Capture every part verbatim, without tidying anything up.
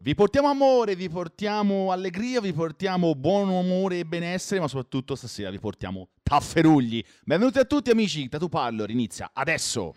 Vi portiamo amore, vi portiamo allegria, vi portiamo buon umore e benessere, ma soprattutto stasera vi portiamo tafferugli. Benvenuti a tutti amici, Tatu Parlor inizia adesso.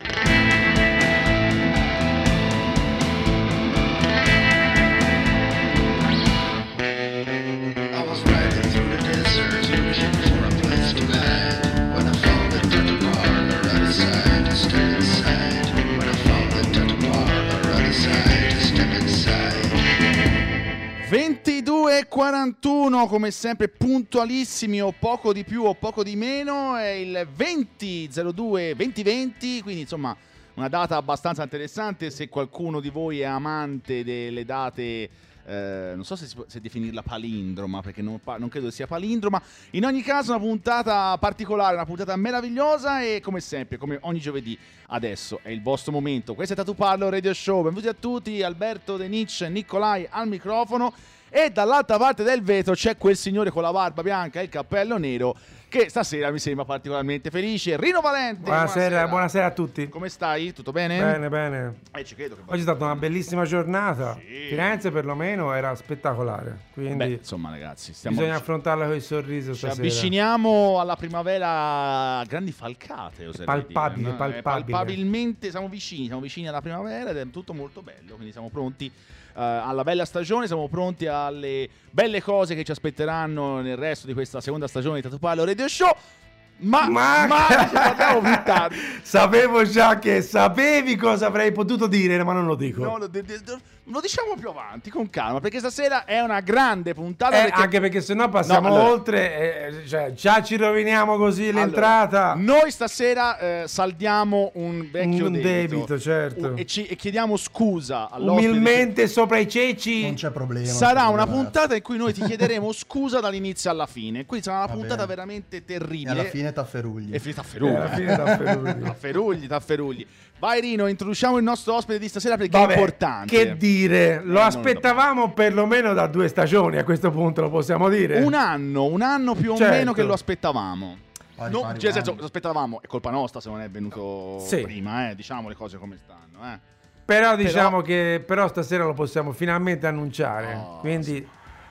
ventidue e quarantuno, come sempre puntualissimi, o poco di più o poco di meno, è il venti zero due duemilaventi, quindi insomma una data abbastanza interessante se qualcuno di voi è amante delle date, eh, non so se, si può, se definirla palindroma, perché non, non credo sia palindroma. In ogni caso una puntata particolare, una puntata meravigliosa e come sempre, come ogni giovedì, adesso è il vostro momento. Questo è Tatu Parlor Radio Show, benvenuti a tutti, Alberto De Nitsch, Nicolai al microfono e dall'altra parte del vetro c'è quel signore con la barba bianca e il cappello nero che stasera mi sembra particolarmente felice, Rino Valente. Buonasera, buonasera, buonasera a tutti. Come stai? Tutto bene? Bene, bene. Eh, ci credo che Oggi è stata una bellissima giornata. Sì. Firenze perlomeno era spettacolare. Quindi Beh, insomma, ragazzi, stiamo bisogna affrontarla con il sorriso ci stasera. avviciniamo alla primavera a grandi falcate, oserei palpabile, dire, no? palpabile. Eh, palpabilmente siamo vicini, siamo vicini alla primavera ed è tutto molto bello, quindi siamo pronti uh, alla bella stagione, siamo pronti alle belle cose che ci aspetteranno nel resto di questa seconda stagione di Tatu Parlor Radio Show. Ma, ma, ma ci parliamo più tardi. Sapevo già che sapevi cosa avrei potuto dire, ma non lo dico. No, lo, de, de, de, lo diciamo più avanti, con calma, perché stasera è una grande puntata. Eh, perché... Anche perché sennò passiamo no, allora... oltre, eh, cioè già ci roviniamo così allora, l'entrata. Noi stasera eh, saldiamo un vecchio un debito, debito, certo. uh, e, ci, e chiediamo scusa all'ospite. Umilmente sopra i ceci. Non c'è problema. Sarà c'è una problema, puntata ragazzi. in cui noi ti chiederemo scusa dall'inizio alla fine. Quindi sarà una Va puntata bene. veramente terribile. E alla fine tafferugli. E fine tafferugli. Eh, alla fine tafferugli. tafferugli, tafferugli. Vai Rino, introduciamo il nostro ospite di stasera perché Vabbè, è importante. Che dire, lo Eh, aspettavamo perlomeno da due stagioni, a questo punto lo possiamo dire. Un anno, un anno più o Certo. meno che lo aspettavamo. Pari, No, pari, cioè, nel senso, pari. lo aspettavamo, è colpa nostra se non è venuto Sì. prima, eh, diciamo le cose come stanno, eh. Però diciamo che però stasera lo possiamo finalmente annunciare. Oh, Quindi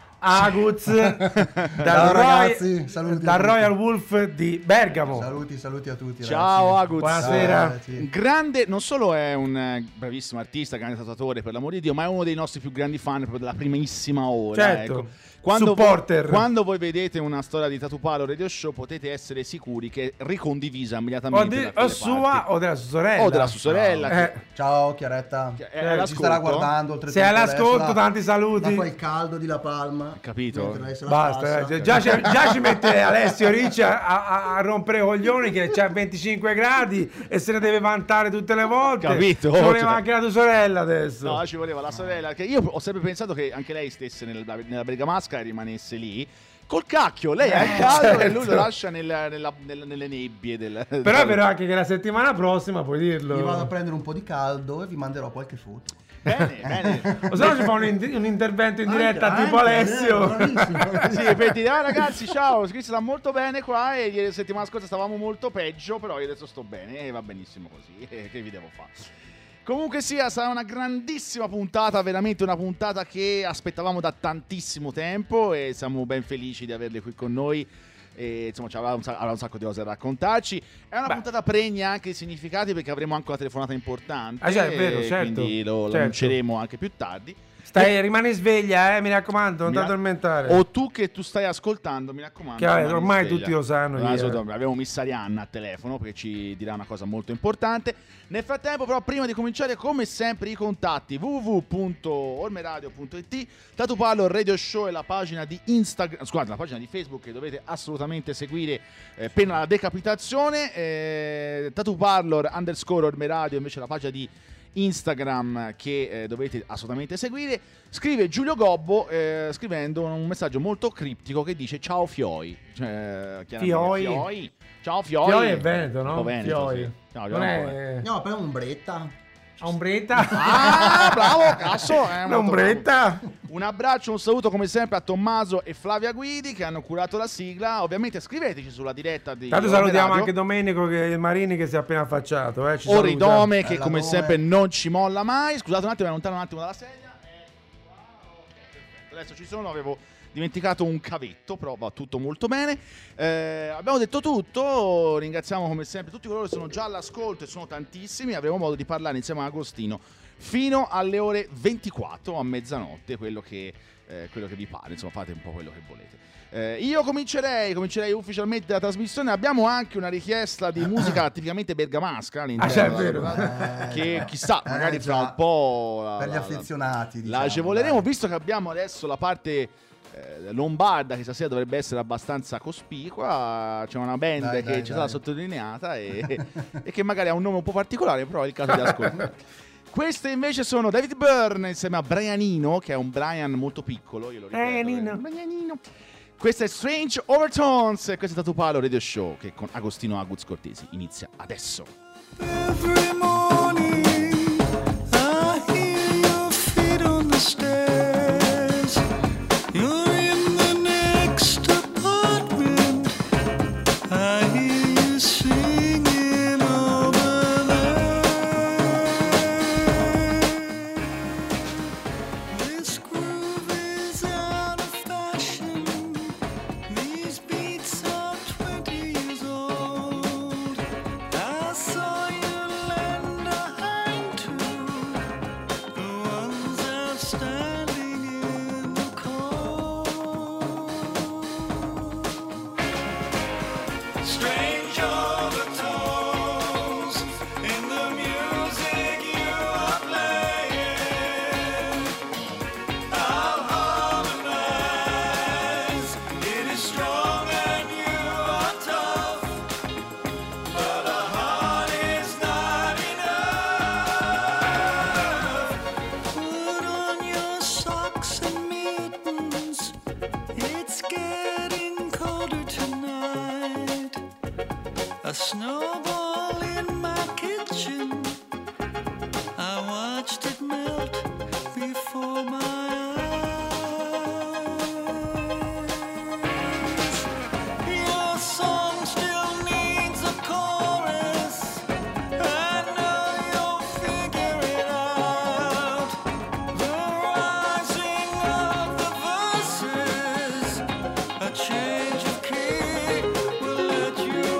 Aguz dal, Ciao, Roy- ragazzi, saluti dal a tutti. Royal Wolf di Bergamo. Saluti, saluti a tutti. Ciao ragazzi. Aguz. Buonasera. Ciao, ragazzi. Grande, non solo è un eh, bravissimo artista, grande tatuatore per l'amore di Dio, ma è uno dei nostri più grandi fan proprio della primissima ora. Certo. Ecco. Quando Supporter. voi, quando voi vedete una storia di Tatu Parlor Radio Show potete essere sicuri che è ricondivisa O, immediatamente di- da o quelle sua parti. o della sua sorella. o della sua sorella. Eh, che- Ciao Chiaretta. che è Ci all'ascolto. starà guardando. oltretutto Se è all'ascolto, adesso, da- tanti saluti. Da quel caldo di La Palma. Capito? Mentre lei se la Basta, passa. eh, già, ci- già ci mette Alessio Ricci a, a- a rompere i coglioni che c'ha venticinque gradi e se ne deve vantare tutte le volte. Capito? Ci voleva Cioè- anche la tua sorella adesso. No, ci voleva la sorella. Che io ho sempre pensato che anche lei stesse nel- nella bergamasca e rimanesse lì. Col cacchio, lei è Eh, al caldo e certo. lui lo lascia nella- nella- nella- nelle nebbie. Del, Però è vero anche che la settimana prossima puoi dirlo. Vi vado a prendere un po' di caldo e vi manderò qualche foto. Bene, bene. O se no ci fa un, in- un intervento in diretta Anche, tipo anche, Alessio. eh, bravissimo. Sì, per dire, ah ragazzi, ciao, Chris sta molto bene qua e ieri settimana scorsa stavamo molto peggio, però io adesso sto bene e va benissimo così, eh, che vi devo fare? Comunque sia, sarà una grandissima puntata, veramente una puntata che aspettavamo da tantissimo tempo e siamo ben felici di averle qui con noi. E, insomma, ci avrà un, sa- avrà un sacco di cose da raccontarci. È una Beh. puntata pregna anche di significati perché avremo anche una telefonata importante. Ah, già, è vero, e certo, quindi lo, lo certo. annunceremo anche più tardi. Stai, rimani sveglia, eh, mi raccomando, non Mi ti ra- addormentare. O tu che tu stai ascoltando, mi raccomando. Che, vabbè, rimani ormai sveglia. tutti lo sanno, No, io, eh. assolutamente. Abbiamo Miss Arianna a telefono perché ci dirà una cosa molto importante. Nel frattempo, però, prima di cominciare, come sempre, i contatti: w w w punto ormeradio punto i t, Tatu Parlor Radio Show e la pagina di Instagram, scusate, la pagina di Facebook che dovete assolutamente seguire, eh, pena la decapitazione. Eh, Tatu Parlor underscore ormeradio invece la pagina di Instagram che eh, dovete assolutamente seguire. Scrive Giulio Gobbo eh, scrivendo un messaggio molto criptico che dice ciao Fioi, cioè, chiaramente, Fioi. Fioi. Ciao Fioi. Fioi è Veneto, no? Un po' Veneto, Fioi. sì. Ciao, Non Giulio. è No, per un'ombretta. a ombretta. Ah, bravo, cazzo, eh, molto L'ombretta. bravo. Un abbraccio, un saluto come sempre a Tommaso e Flavia Guidi che hanno curato la sigla. Ovviamente scriveteci sulla diretta di Tanto Orme salutiamo Radio. anche Domenico che, il Marini che si è appena affacciato. Eh, ci saluta. Oridome che Bella come nome. sempre non ci molla mai. Scusate un attimo, mi allontano un attimo dalla sedia. Ecco qua, adesso ci sono, avevo dimenticato un cavetto, però va tutto molto bene. Eh, abbiamo detto tutto, ringraziamo come sempre tutti coloro che sono già all'ascolto e sono tantissimi, avremo modo di parlare insieme a Agostino fino alle ore ventiquattro, a mezzanotte, quello che, eh, quello che vi pare, insomma fate un po' quello che volete. Eh, io comincerei, comincerei ufficialmente la trasmissione. Abbiamo anche una richiesta di musica tipicamente bergamasca all'interno, Ah, cioè, è vero. Eh, che chissà, magari eh, fra già. un po' la, Per gli la- affezionati, la diciamo, agevoleremo, dai. visto che abbiamo adesso la parte eh, lombarda, che stasera dovrebbe essere abbastanza cospicua. C'è una band Dai, che dai, ci è stata dai. sottolineata e, e che magari ha un nome un po' particolare, però è il caso di ascoltare. Queste invece sono David Byrne insieme a Brianino, che è un Brian molto piccolo, io lo ripeto. Brianino. eh, Brianino. Questo è Strange Overtones e questo è Tatu Palo Radio Show, che con Agostino Aguz Cortesi inizia adesso. Every morning I hear your feet on the stairs. You're in the next apartment. I hear you singing over there. This groove is out of fashion. These beats are twenty years old. I saw you lend a hand to the ones outstanding in the cold. Strange overtones in the music you are playing. I'll harmonize. It is strong and you are tough. But a heart is not enough. Put on your socks and mittens. It's getting colder tonight. A snowball in my kitchen. I watched it melt before my eyes. Your song still needs a chorus. I know you'll figure it out. The rising of the voices, a change of key will let you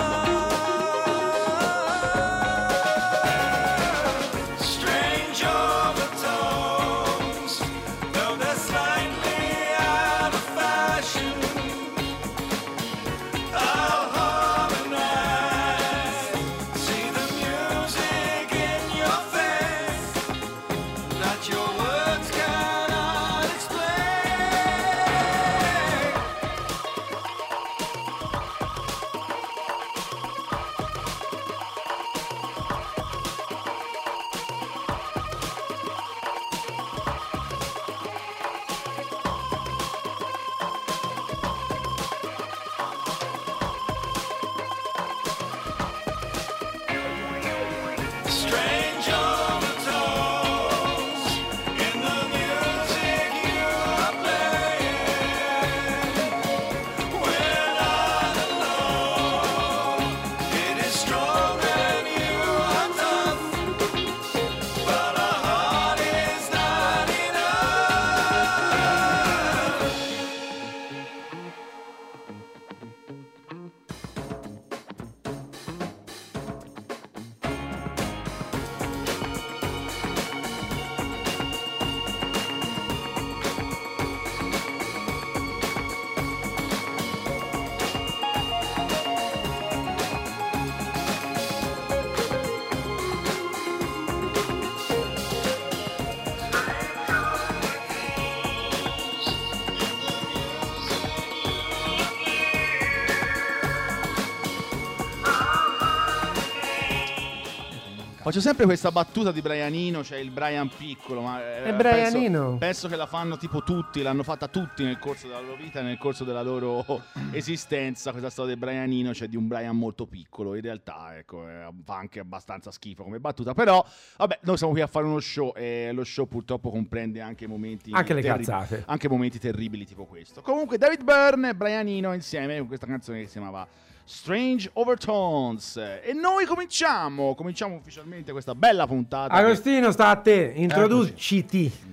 out. Strange overtones, though they're slightly out of fashion. I'll harmonize. See the music in your face that your words cannot explain. Strange overtones in the music you are playing. We're not alone. It is strong and you are tough. But a heart is not enough. Faccio sempre questa battuta di Brianino, cioè il Brian piccolo, ma eh, È Brianino. Penso, penso che la fanno tipo tutti, l'hanno fatta tutti nel corso della loro vita e nel corso della loro esistenza. Questa storia del Brianino, cioè di un Brian molto piccolo. In realtà, ecco, eh, fa anche abbastanza schifo come battuta. Però, vabbè, noi siamo qui a fare uno show e lo show purtroppo comprende anche momenti Anche le terri- cazzate. anche momenti terribili tipo questo. Comunque, David Byrne e Brianino insieme con questa canzone che si chiamava Strange Overtones. E noi cominciamo, cominciamo ufficialmente questa bella puntata. che- Agostino, sta a te, introduciti.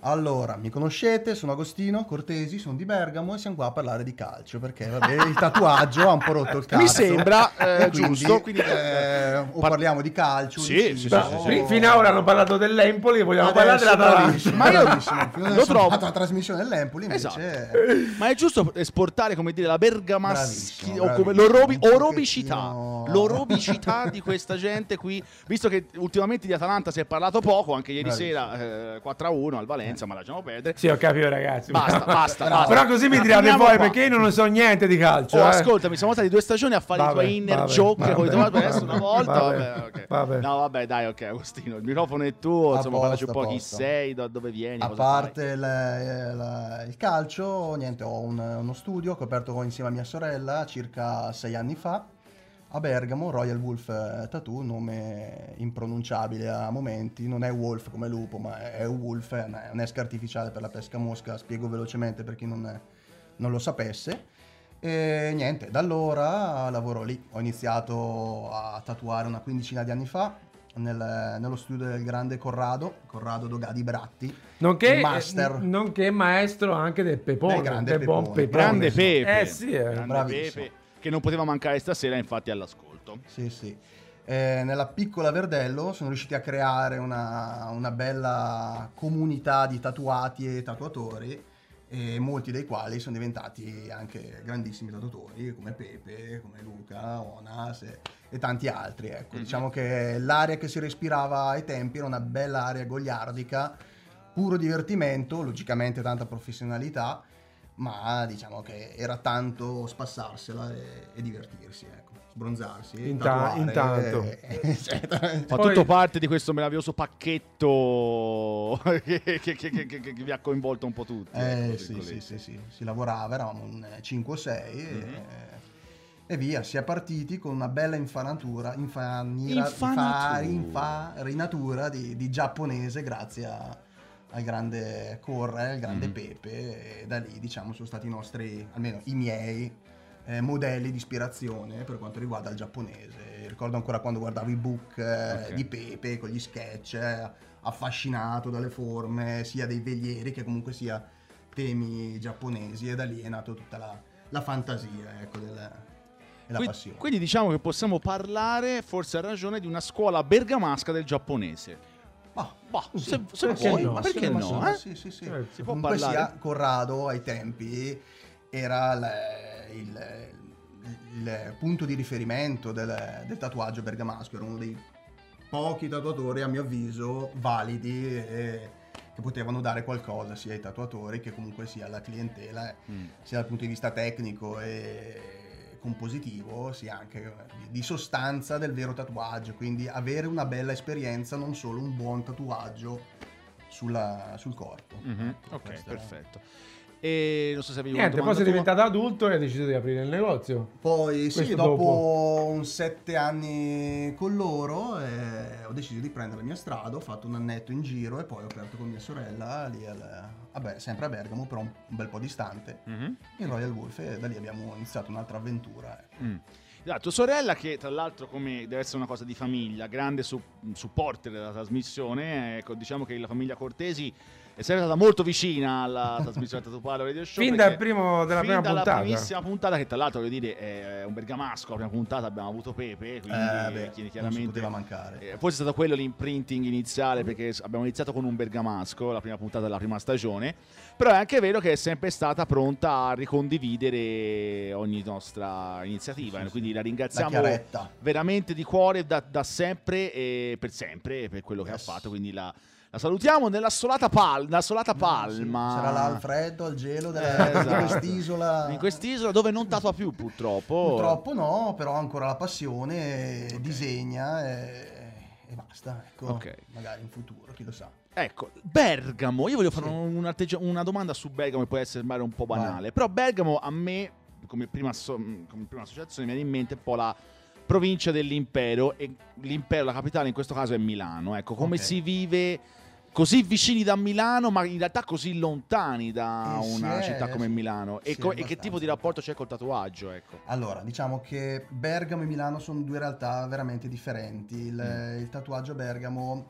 Allora, mi conoscete, sono Agostino Cortesi, sono di Bergamo e siamo qua a parlare di calcio perché vabbè, il tatuaggio ha un po' rotto il cazzo. Mi sembra eh, E quindi, giusto. Quindi, eh, o parliamo di calcio. Sì, di sì, sì, cibo, sì, sì. Fi- Fino ad ora hanno parlato dell'Empoli e vogliamo Adesso, parlare dell'Atalanta. bravissimo, Ma io bravissimo. Fino lo adesso ho trovo- fatto la trasmissione dell'Empoli invece Esatto. Ma è giusto esportare, come dire, la bergamaschi Bravissimo, o come bravissimo. l'orobi- Un orobicità, pochettino- l'orobicità di questa gente qui, visto che ultimamente di Atalanta si è parlato poco, anche ieri Bravissimo. sera eh, quattro a uno al Valenza, ma lasciamo perdere. Sì, ho capito, ragazzi. Basta, basta, Bravo. basta. Però così mi Ma tirate finiamo fuori qua. perché io non ne so niente di calcio. Oh, eh. ascoltami, siamo stati due stagioni a fare Vabbè, i tuoi inner vabbè, joke vabbè, con i tuoi adesso una volta. vabbè, Vabbè, ok. vabbè. No, vabbè, dai, ok, Agostino, il microfono è tuo, A insomma, posto, parlaci un po' a chi posto. sei, da dove vieni, A cosa parte fai. il, il- il calcio, niente, ho un- uno studio che ho aperto insieme a mia sorella circa sei anni fa a Bergamo, Royal Wolf eh, Tattoo, nome impronunciabile a momenti, non è wolf come lupo, ma è, è wolf, è una- è un'esca artificiale per la pesca mosca, spiego velocemente per chi non, non lo sapesse. E niente, da allora lavoro lì, ho iniziato a tatuare una quindicina di anni fa nel- nello studio del grande Corrado, Corrado Dogadi Bratti, Nonché, il master. eh, nonché maestro anche del Pepone. Del grande del buon Pepone. Pepone. Grande Pepe. Eh sì, eh. Grande Bravissimo. Pepe, che non poteva mancare stasera, infatti, all'ascolto. Sì, sì. Eh, nella piccola Verdello sono riusciti a creare una, una bella comunità di tatuati e tatuatori, e molti dei quali sono diventati anche grandissimi tatuatori come Pepe, come Luca, Onas e, e tanti altri. Ecco. Diciamo che l'aria che si respirava ai tempi era una bella aria goliardica, puro divertimento, logicamente tanta professionalità, ma diciamo che era tanto spassarsela e, e divertirsi, ecco, sbronzarsi, Inta- tatuare, intanto. e- eccetera. Fa Poi- tutto parte di questo meraviglioso pacchetto che, che- che- che- che- che vi ha coinvolto un po' tutti. Eh ecco, sì, virgolette. sì, sì, sì, si lavorava, eravamo in cinque o sei e, e via, si è partiti con una bella infanatura, infanira, Infanatura. infa- infarinatura di, di giapponese grazie a- al grande Corre, al grande Mhm. Pepe, e da lì diciamo sono stati i nostri, almeno i miei, eh, modelli di ispirazione per quanto riguarda il giapponese. Ricordo ancora quando guardavo i book eh, Ok. di Pepe con gli sketch, eh, affascinato dalle forme sia dei velieri che comunque sia temi giapponesi, e da lì è nato tutta la, la fantasia, ecco, del, e la Qui- passione. Quindi diciamo che possiamo parlare, forse a ragione, di una scuola bergamasca del giapponese. Ma, Bah, se, se perché vuoi, no? ma perché ma no? sì, eh? sì, sì, sì. Eh, si può Comunque parlare. sia, Corrado ai tempi era il, il- il punto di riferimento del, del tatuaggio bergamasco, era uno dei pochi tatuatori a mio avviso validi e che potevano dare qualcosa sia ai tatuatori che comunque sia alla clientela, eh, Mm. sia dal punto di vista tecnico e compositivo, sia anche di, di sostanza del vero tatuaggio, quindi avere una bella esperienza, non solo un buon tatuaggio sulla- sul corpo. Mhm, Ok, Questo è- perfetto. E non so se avevi Niente, una poi sei domanda tua. diventato adulto e hai deciso di aprire il negozio. Poi sì, Questo dopo, dopo. un sette anni con loro eh, ho deciso di prendere la mia strada, ho fatto un annetto in giro e poi ho aperto con mia sorella lì al, vabbè, sempre a Bergamo, però un, un bel po' distante, Mhm. in Royal Wolf, e da lì abbiamo iniziato un'altra avventura. ecco. Mm. Ah, tua sorella, che tra l'altro come deve essere una cosa di famiglia, grande su- supporter della trasmissione, ecco, diciamo che la famiglia Cortesi è sempre stata molto vicina alla trasmissione Tattoo Parlor Radio Show. Fin perché dal primo- dalla fin prima dalla puntata. primissima puntata, che tra l'altro voglio dire è un bergamasco, la prima puntata abbiamo avuto Pepe, quindi Eh, beh, chi- non chiaramente si poteva mancare. eh, forse è stato quello l'imprinting iniziale, perché s- abbiamo iniziato con un bergamasco, la prima puntata della prima stagione, però è anche vero che è sempre stata pronta a ricondividere ogni nostra iniziativa, Sì, sì, quindi sì. la La ringraziamo chiaretta. veramente di cuore da, da sempre e per sempre per quello che Yes. ha fatto, quindi la, la salutiamo nella solata, pal- nella solata palma. Sì, sarà là al freddo, al gelo della- Eh, di esatto. quest'isola. In quest'isola dove non tatua più purtroppo. Purtroppo no, però ha ancora la passione, disegna e, e basta, ecco. Ok. Magari in futuro, chi lo sa. Ecco, Bergamo, io voglio fare Sì. un atteggia- una domanda su Bergamo che può essere sembrare un po' Vai. banale, però Bergamo a me, come prima, asso- come prima associazione, mi viene in mente un po' la provincia dell'impero, e l'impero, la capitale in questo caso è Milano, ecco, come Ok. si vive così vicini da Milano, ma in realtà così lontani da Eh, sì, una eh, città come sì. Milano, e, Sì, co- e che abbastanza. tipo di rapporto c'è col tatuaggio, ecco. Allora, diciamo che Bergamo e Milano sono due realtà veramente differenti. Il, Mm. il tatuaggio a Bergamo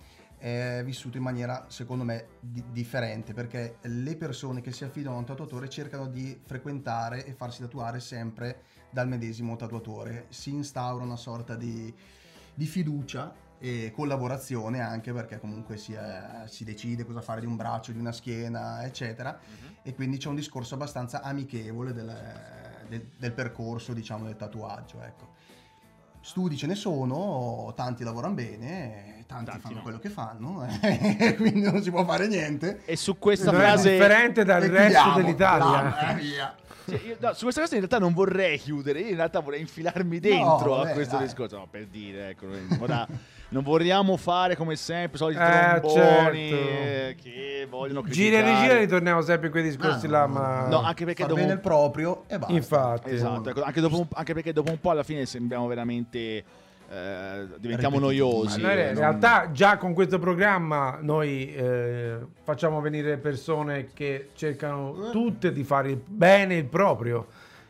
è vissuto in maniera, secondo me, di- differente, perché le persone che si affidano a un tatuatore cercano di frequentare e farsi tatuare sempre dal medesimo tatuatore. Si instaura una sorta di, di fiducia e collaborazione, anche perché comunque si, è- si decide cosa fare di un braccio, di una schiena, eccetera, e quindi c'è un discorso abbastanza amichevole del, del- del percorso, diciamo, del tatuaggio, ecco. Studi ce ne sono, tanti lavorano bene, tanti, Tanti fanno no. quello che fanno, e quindi non si può fare niente. E su questa Non è frase differente dal E resto chiudiamo. dell'Italia. Là, eh, via. Sì, io- no, su questa cosa in realtà non vorrei chiudere, io in realtà vorrei infilarmi dentro No, a vabbè, questo dai. discorso, no, per dire, ecco, ora, non vogliamo fare come sempre soliti Eh, tromboni certo. eh, che vogliono Gira e criticare. rigira ritorniamo sempre in quei discorsi Ah, là, no, ma... No, anche perché Far dopo bene un- il proprio e basta. Infatti. Esatto, ecco, anche, dopo un- anche perché dopo un po' alla fine sembriamo veramente eh, diventiamo Ripetitivi. noiosi. Ma noi eh, in non- realtà già con questo programma noi eh, facciamo venire persone che cercano tutte di fare il bene il proprio.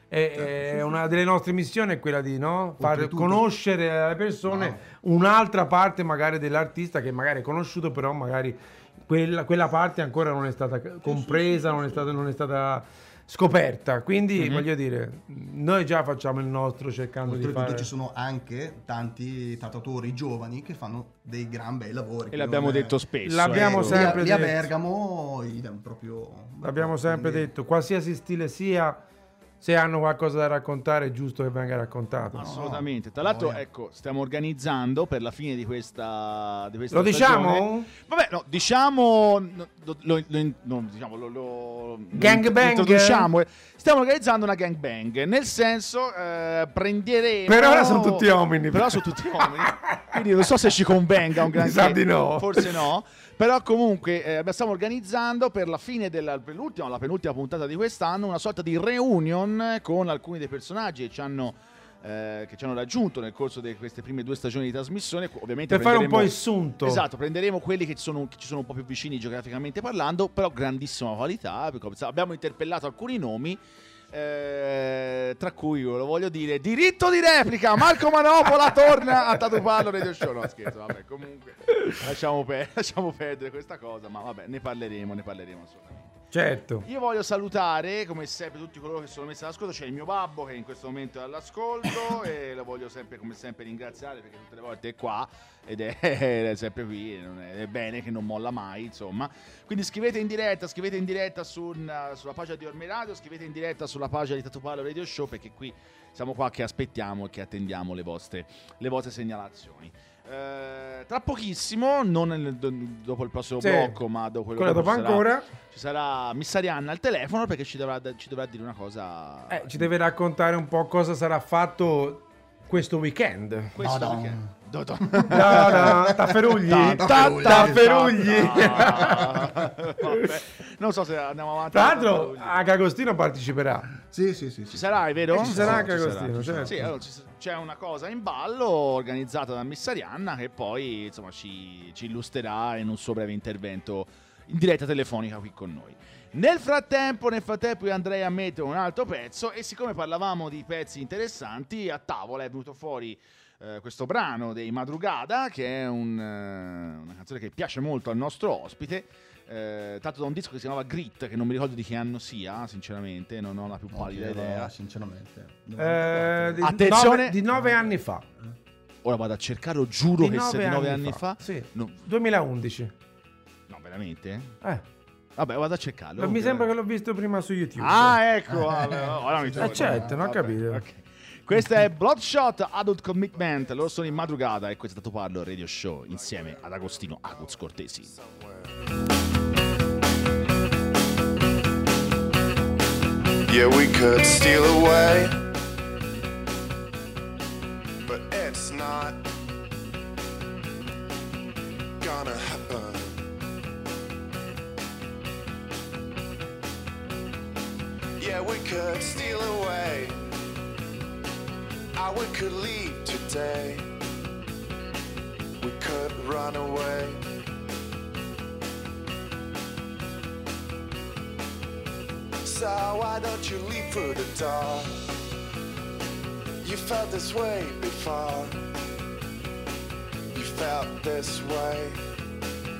E, e una delle nostre missioni è quella di no, far Oltretutto- conoscere alle persone un'altra parte magari dell'artista che magari è conosciuto, però magari quella, quella parte ancora non è stata compresa, non è stata, non è stata scoperta. Quindi voglio dire, noi già facciamo il nostro cercando di Oltretutto fare... ci sono anche tanti tatuatori giovani che fanno dei gran bei lavori. E l'abbiamo Non è- detto spesso. L'abbiamo ecco. Lì a- sempre lì a detto. Bergamo idem, proprio. L'abbiamo sempre Quindi- detto, qualsiasi stile sia, se hanno qualcosa da raccontare è giusto che venga raccontato. Assolutamente. Tra No, l'altro, voglia. ecco, stiamo organizzando per la fine di questa, di questa Lo stagione- diciamo? Vabbè, no, diciamo. no, Lo, lo- lo- no, diciamo, lo, lo, Gangbang? lo introduciamo. eh. Stiamo organizzando una gangbang. Nel senso, eh, prenderemo. Per ora sono tutti uomini. Però sono tutti uomini. Quindi non so se ci convenga un gran Mi sa di no. Forse no. Però comunque eh, stiamo organizzando per la fine della per l'ultima, la penultima puntata di quest'anno una sorta di reunion con alcuni dei personaggi che ci hanno, eh, che ci hanno raggiunto nel corso di queste prime due stagioni di trasmissione. Ovviamente Per fare un po' prenderemo- il sunto. Esatto, prenderemo quelli che ci, sono, che ci sono un po' più vicini geograficamente parlando, però grandissima qualità. Perché abbiamo interpellato alcuni nomi. eh, tra cui io lo voglio dire diritto di replica. Marco Manopola torna a Tatuparlo Radio Show. No, scherzo, vabbè, comunque lasciamo, per- lasciamo perdere questa cosa, ma vabbè, ne parleremo, ne parleremo assolutamente. Certo. Io voglio salutare, come sempre, tutti coloro che sono messi all'ascolto. C'è il mio babbo che in questo momento è all'ascolto e lo voglio sempre, come sempre, ringraziare perché tutte le volte è qua ed è, è sempre qui. E non è, è bene che non molla mai, insomma. Quindi scrivete in diretta, scrivete in diretta su una- sulla pagina di Orme Radio, scrivete in diretta sulla pagina di Tatuparlo Radio Show, perché qui siamo qua che aspettiamo e che attendiamo le vostre, le vostre segnalazioni. Eh, tra pochissimo, non nel- do- dopo il prossimo Sì. blocco, ma dopo quello Quella dopo dopo ci sarà- ancora. ci sarà Miss Arianna al telefono perché ci dovrà, ci dovrà dire una cosa. Eh, ci deve raccontare un po' cosa sarà fatto questo weekend. Questo No, no. weekend. Do- do- No, no, Tafferugli. Ta- Tafferugli. Tafferugli. Ah, vabbè. Non so se andiamo avanti. Tra l'altro, anche Agostino parteciperà. Sì, sì, sì. Ci sì. sarai, vero? Eh, ci sarà Sì, anche ci Agostino, ci sarà. certo. Sì, allora ci s- c'è una cosa in ballo organizzata da Miss Arianna che poi insomma ci, ci illustrerà in un suo breve intervento in diretta telefonica qui con noi. Nel frattempo, nel frattempo io andrei a mettere un altro pezzo e siccome parlavamo di pezzi interessanti, a tavola è venuto fuori eh, questo brano dei Madrugada, che è un, eh, una canzone che piace molto al nostro ospite, eh, tratto da un disco che si chiamava Grit, che non mi ricordo di che anno sia, sinceramente, non ho la più No, pallida chiedo, idea. sinceramente. Eh, di, Attenzione. nove, di nove anni fa. Ora vado a cercarlo, giuro Di che se di nove anni fa. fa. Sì. No, duemilaundici. no, veramente? Eh, Vabbè, vado a cercarlo. mi sembra che l'ho visto prima su YouTube. Ah, ecco. allora, ora mi trovo. Eh, certo, non ho capito. Ok. Questa è Bloodshot Adult Commitment. Loro sono in Madrugada e questo è Tatuparlo Radio Show insieme ad Agostino Aguz Cortesi. Yeah, we could steal away, but it's not gonna happen. Yeah, we could steal away, or we could leave today. We could run away. So why don't you leave through the door? You felt this way before. You felt this way.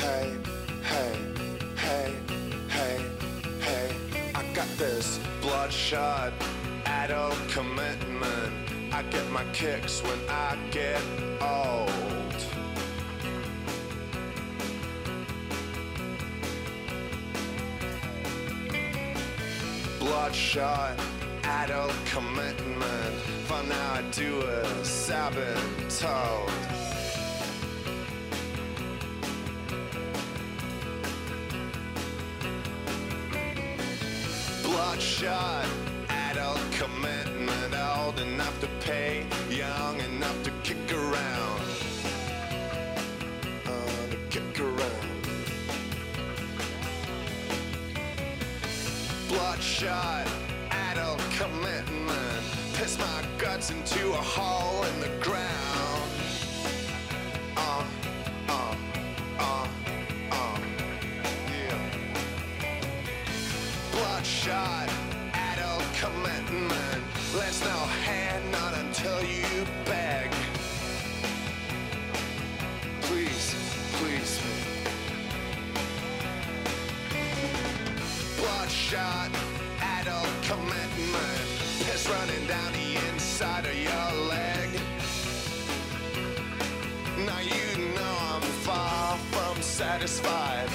hey, hey, hey, hey, hey. I got this bloodshot adult commitment. I get my kicks when I get old. Bloodshot adult commitment. For now I do as I've been told. Bloodshot adult commitment. Old enough to pay, young enough to kick around. Uh, to kick around. Bloodshot adult commitment. Piss my guts into a hole in the ground. Uh, uh, uh, uh, yeah. Bloodshot adult commitment. Let's no hand not until you beg. Please, please. Bloodshot adult commitment. Piss running down the inside of your leg. Now you know I'm far from satisfied.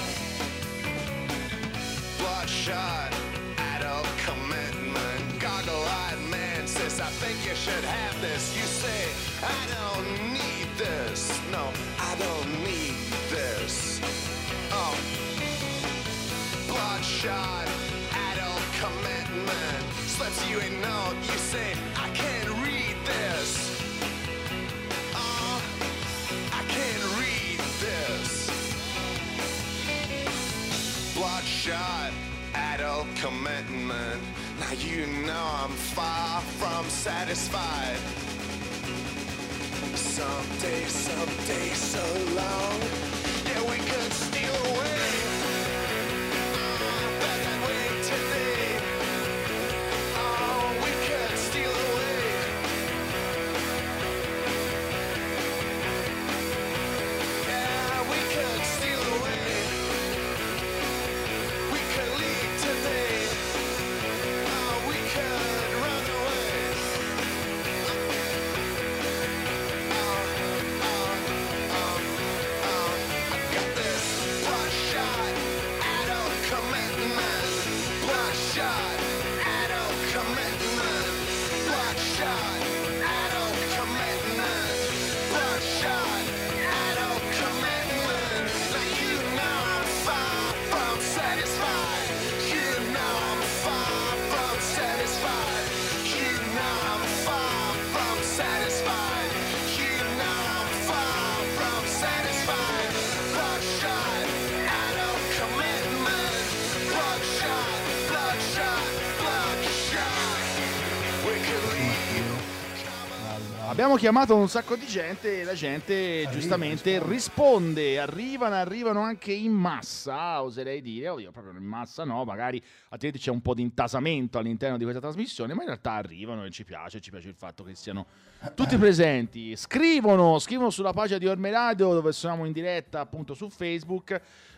Bloodshot adult commitment. Goggle-eyed man says, I think you should have this. You say, I don't need this. No, I don't need this. Oh. Bloodshot adult commitment. Slips you a note, you say, I can't read this. Oh, I can't read this. Bloodshot adult commitment. Now you know I'm far from satisfied. Someday, someday, so long. Yeah, we could steal away. Abbiamo chiamato un sacco di gente e la gente Arriva, giustamente risponde. risponde. Arrivano, arrivano anche in massa, oserei dire. Oddio, proprio in massa no, magari altrimenti c'è un po' di intasamento all'interno di questa trasmissione, ma in realtà arrivano e ci piace, ci piace il fatto che siano tutti presenti. Scrivono, scrivono sulla pagina di Orme Radio, dove siamo in diretta appunto su Facebook.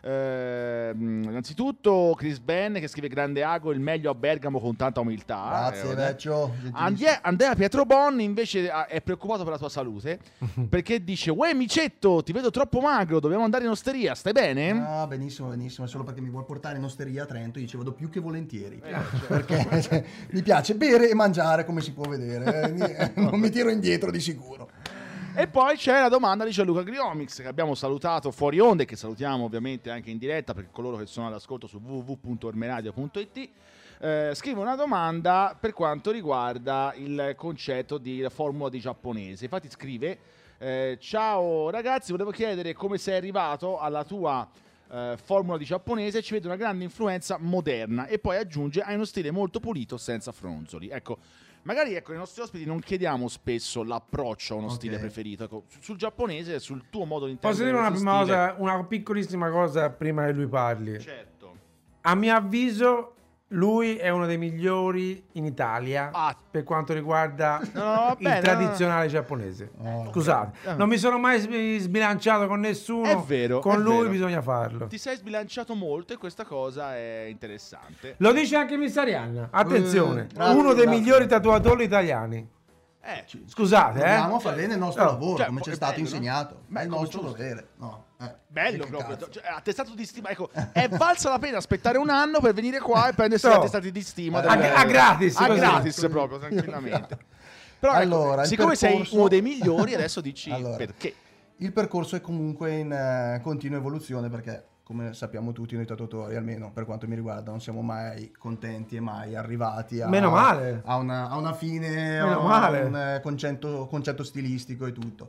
Eh, innanzitutto Chris Ben che scrive: grande Ago, il meglio a Bergamo con tanta umiltà. Grazie, Eh, vecchio. Andrea, Andrea Pietro Bon invece ah, è preoccupato per la tua salute perché dice: uè Micetto, ti vedo troppo magro, dobbiamo andare in osteria, stai bene? Ah, benissimo, benissimo, è solo perché mi vuol portare in osteria a Trento, io ci vado più che volentieri, Eh, certo. perché cioè, mi piace bere e mangiare, come si può vedere, eh, non mi tiro indietro di sicuro. E poi c'è la domanda di Gianluca Griomix che abbiamo salutato fuori onde, che salutiamo ovviamente anche in diretta per coloro che sono all'ascolto su w w w punto ormeradio punto i t. Eh, scrive una domanda per quanto riguarda il concetto di formula di giapponese. Infatti scrive: eh, ciao ragazzi, volevo chiedere come sei arrivato alla tua eh, formula di giapponese. Ci vede una grande influenza moderna, e poi aggiunge: hai uno stile molto pulito senza fronzoli. Ecco, magari ecco, ai nostri ospiti non chiediamo spesso l'approccio a uno Ok. stile preferito. Ecco, sul giapponese, sul tuo modo di intendere Posso dire una, questo prima stile- cosa, una piccolissima cosa prima che lui parli? Certo. A mio avviso, lui è uno dei migliori in Italia Ah. per quanto riguarda No, no, va il bene, tradizionale giapponese. Scusate, Eh. non mi sono mai sbi- sbilanciato con nessuno. È vero, Con è lui vero. bisogna farlo. Ti sei sbilanciato molto e questa cosa è interessante. Lo dice anche Miss Arianna. Attenzione, Eh, grazie, uno dei grazie. migliori tatuatori italiani. Eh, Scusate, Dobbiamo eh. far bene il nostro No, lavoro, cioè, come ci è è stato bello, no? insegnato. Beh, è il come nostro giusto. dovere. No, eh, bello che proprio, cazzo. cioè, attestato di stima. Ecco, è valsa la pena aspettare un anno per venire qua e prendersi No. l'attestato di stima. A- del- a gratis, A così. gratis Così. proprio, tranquillamente. Però ecco, Allora, il siccome sei percorso- uno dei migliori, adesso dici Allora. perché. Il percorso è comunque in eh, continua evoluzione perché, come sappiamo tutti noi tatuatori, almeno per quanto mi riguarda, non siamo mai contenti e mai arrivati a, Meno male. a, una, a una fine, Meno a male. un eh, concetto, concetto stilistico e tutto.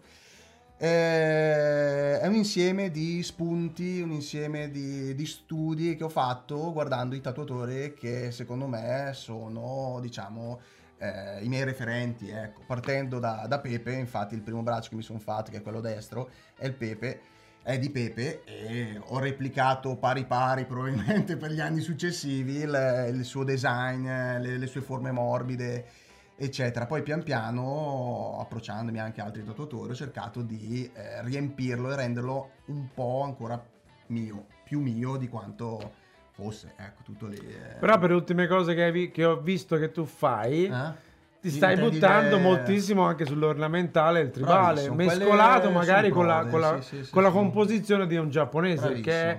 Eh, è un insieme di spunti, un insieme di, di studi che ho fatto guardando i tatuatori che secondo me sono, diciamo, eh, i miei referenti, ecco. Partendo da, da Pepe, infatti il primo braccio che mi sono fatto, che è quello destro, è il Pepe, è di Pepe, e ho replicato pari pari probabilmente per gli anni successivi il, il suo design, le, le sue forme morbide, eccetera. Poi pian piano, approcciandomi anche a altri tatuatori, ho cercato di eh, riempirlo e renderlo un po' ancora mio, più mio di quanto fosse, ecco, tutto lì. eh. Però per le ultime cose che, hai vi- che ho visto che tu fai, Eh? ti Sì, stai intendi buttando le- moltissimo anche sull'ornamentale e il tribale, Bravissimo, mescolato quelle magari sono con la, prove, con la- sì, sì, sì, con la sì. composizione di un giapponese, Bravissimo. che è...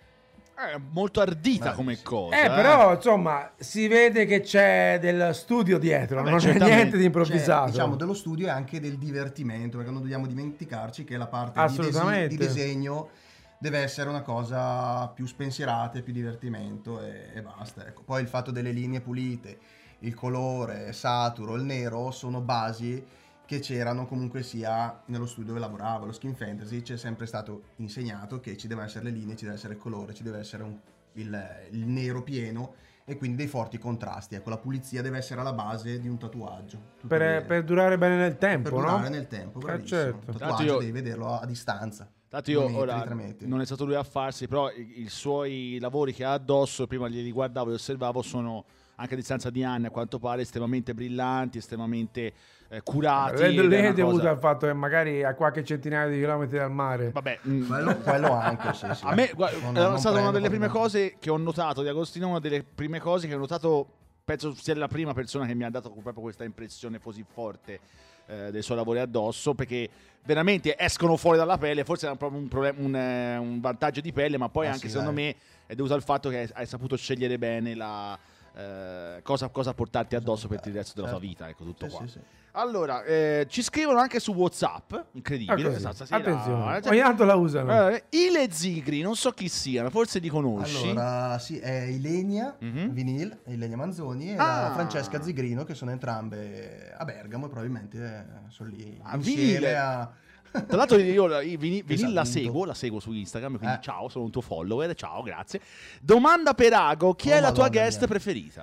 È molto ardita Bravissimo. come cosa. Eh, però, insomma, si vede che c'è del studio dietro, Vabbè, non c'è certamente. niente di C'è, improvvisato. diciamo, dello studio e anche del divertimento, perché non dobbiamo dimenticarci che la parte di, desi- Assolutamente. di disegno deve essere una cosa più spensierata, più divertimento e, e basta. Ecco. Poi il fatto delle linee pulite, il colore saturo, il nero sono basi che c'erano comunque sia nello studio dove lavoravo. Lo Skin Fantasy ci è sempre stato insegnato che ci devono essere le linee, ci deve essere il colore, ci deve essere un- il, il nero pieno e quindi dei forti contrasti. Ecco, la pulizia deve essere alla base di un tatuaggio. Tutto per, lì. per durare bene nel tempo, Per no? durare nel tempo, Eh, bravissimo. certo. Il Tanto tatuaggio io- devi vederlo a, a distanza. Tanto io due metri, ora tre metri. non è stato lui a farsi, però i, i suoi lavori che ha addosso, prima li riguardavo e osservavo, sono anche a distanza di anni, a quanto pare, estremamente brillanti, estremamente eh, curati. Lei ed è è una dovuto cosa- al fatto che magari a qualche centinaio di chilometri dal mare. Vabbè, mm, Quello, quello anche, sì, sì. a me guarda, Non- è non stata una prendo delle prime proprio- cose che ho notato di Agostino, una delle prime cose che ho notato, penso sia la prima persona che mi ha dato proprio questa impressione così forte eh, dei suoi lavori addosso, perché veramente escono fuori dalla pelle, forse è proprio un, problem- un, eh, un vantaggio di pelle, ma poi Ah, anche sì, secondo dai. me è dovuto al fatto che hai, hai saputo scegliere bene la, eh, cosa, cosa portarti addosso per il resto della tua Certo. vita, ecco, tutto Sì, qua. sì, sì. Allora, eh, ci scrivono anche su WhatsApp, Ah, incredibile, così. questa stasera- Attenzione, eh, cioè- ogni tanto la usano. eh, Ile Zigri, non so chi siano, forse li conosci. Allora, sì, è Ilenia Mhm. Vinil, e Ilenia Manzoni e Ah. la Francesca Zigrino, che sono entrambe a Bergamo e probabilmente eh, sono lì Ah, insieme Vinile. a... Tra l'altro io la, i Vini- Vinil la Esatto. seguo, la seguo su Instagram, quindi Eh. ciao, sono un tuo follower, ciao, grazie. Domanda per Ago, chi Oh, è la tua Madonna guest mia. preferita?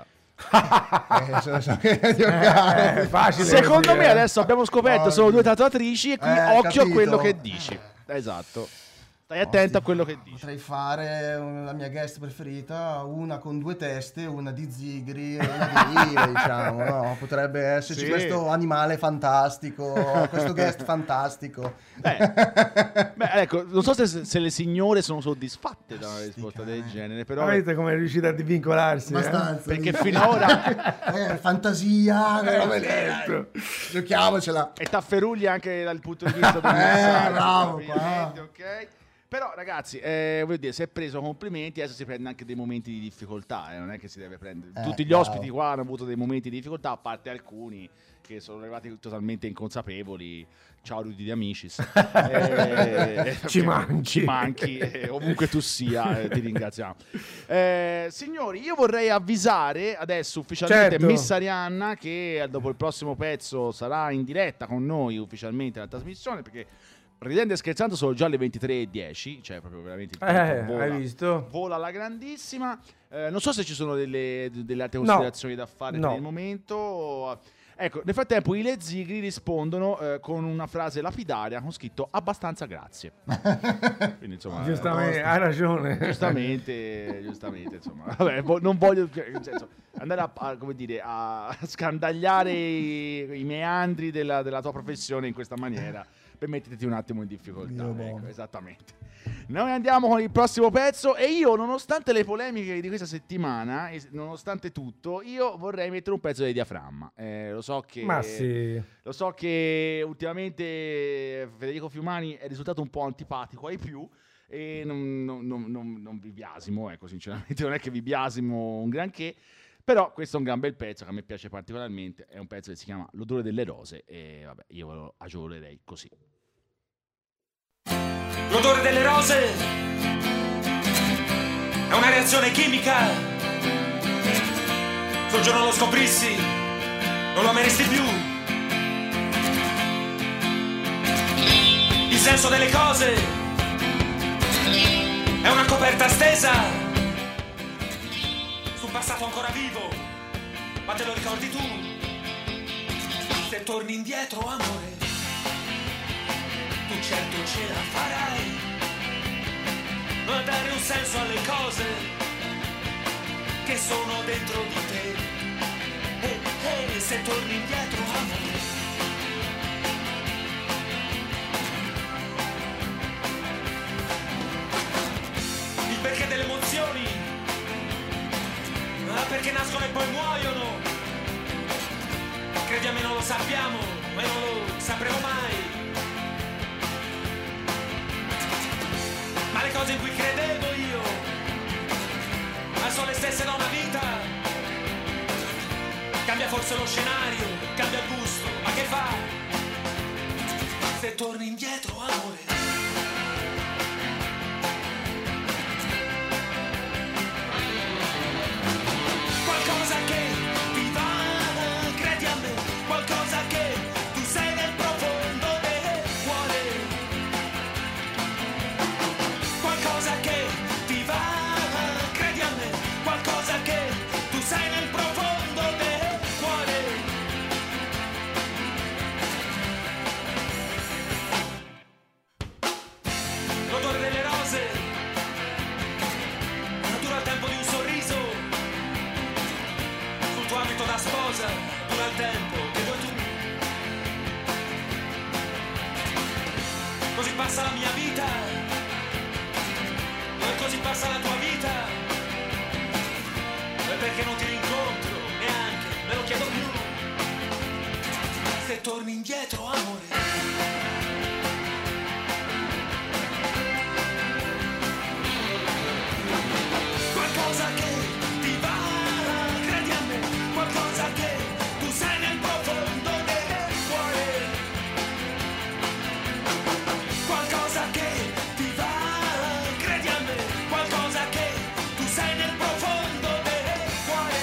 Eh, so- so che Eh, giocare. è facile Secondo così, me eh. adesso abbiamo scoperto, Oh, sono due Dio. tatuatrici e quindi Eh, occhio a capito. quello che dici. Esatto. Stai attento a quello che dici. Potrei fare un- la mia guest preferita, una con due teste, una di Zigri e una di Ile, diciamo, no? Potrebbe esserci Sì. questo animale fantastico, questo guest fantastico. Beh, beh, ecco, non so se, se le signore sono soddisfatte da una risposta del cane. genere, Ma però vedete come è riuscita a divincolarsi? eh? Abbastanza. perché sì. finora Eh, fantasia, Eh, robe lì, certo. dai. Giochiamocela. e tafferugli anche dal punto di vista del Eh, messaggio, bravo, ovviamente, ok? Però ragazzi, eh, voglio dire, si è preso complimenti, adesso si prende anche dei momenti di difficoltà, eh, non è che si deve prendere. Eh, Tutti gli bravo. ospiti qua hanno avuto dei momenti di difficoltà, a parte alcuni che sono arrivati totalmente inconsapevoli. Ciao Rudy di Amicis. Eh, Ci manchi. Ci manchi, eh, ovunque tu sia, eh, ti ringraziamo. Eh, signori, io vorrei avvisare adesso ufficialmente Certo. Miss Arianna che eh, dopo il prossimo pezzo sarà in diretta con noi ufficialmente la trasmissione, perché ridendo e scherzando sono già le ventitré e dieci, cioè proprio veramente il tempo Eh, vola, hai visto? vola alla grandissima. Eh, non so se ci sono delle, delle altre No. considerazioni da fare No. per il momento. Ecco, nel frattempo i Le Zigri rispondono eh, con una frase lapidaria con scritto abbastanza grazie. Quindi insomma, Giustamente, hai ragione. giustamente, giustamente, insomma, vabbè, vo- non voglio cioè, nel senso, andare a, a, come dire, a scandagliare i, i meandri della, della tua professione in questa maniera per metterti un attimo in difficoltà. Dio Ecco, buono. esattamente. Noi andiamo con il prossimo pezzo e io, nonostante le polemiche di questa settimana, e nonostante tutto, io vorrei mettere un pezzo di Diaframma. Eh, lo so che Ma sì. lo so che ultimamente Federico Fiumani è risultato un po' antipatico ai più e non, non, non, non, non vi biasimo, ecco, sinceramente non è che vi biasimo un granché, però questo è un gran bel pezzo che a me piace particolarmente, è un pezzo che si chiama L'odore delle rose e vabbè, io ve lo aggiornerei così. L'odore delle rose è una reazione chimica. Se un giorno lo scoprissi, non lo ameresti più. Il senso delle cose è una coperta stesa sul passato ancora vivo, ma te lo ricordi tu? Se torni indietro, amore, tu certo ce la farai a dare un senso alle cose che sono dentro di te. E hey, se torni indietro, amore, il perché delle emozioni, ah, perché nascono e poi muoiono, crediamo non lo sappiamo, ma non lo sapremo mai. Ma le cose in cui credevo io, ma sono le stesse da una vita. Cambia forse lo scenario, cambia il gusto, ma che fa? Se torni indietro, amore, qualcosa che ti va, credi a me, qualcosa che tu sei nel profondo del cuore, qualcosa che ti va, credi a me, qualcosa che tu sei nel profondo del cuore. L'odore delle rose dura il tempo di un sorriso, sul tuo abito da sposa dura il tempo che vuoi tu. Così passa la mia vita, e così passa la tua vita, e perché non ti rincontro neanche, me lo chiedo più. Se torni indietro, amore, qualcosa che ti va, credi a me, qualcosa che tu sei nel profondo del cuore, qualcosa che ti va, credi a me, qualcosa che tu sei nel profondo del cuore.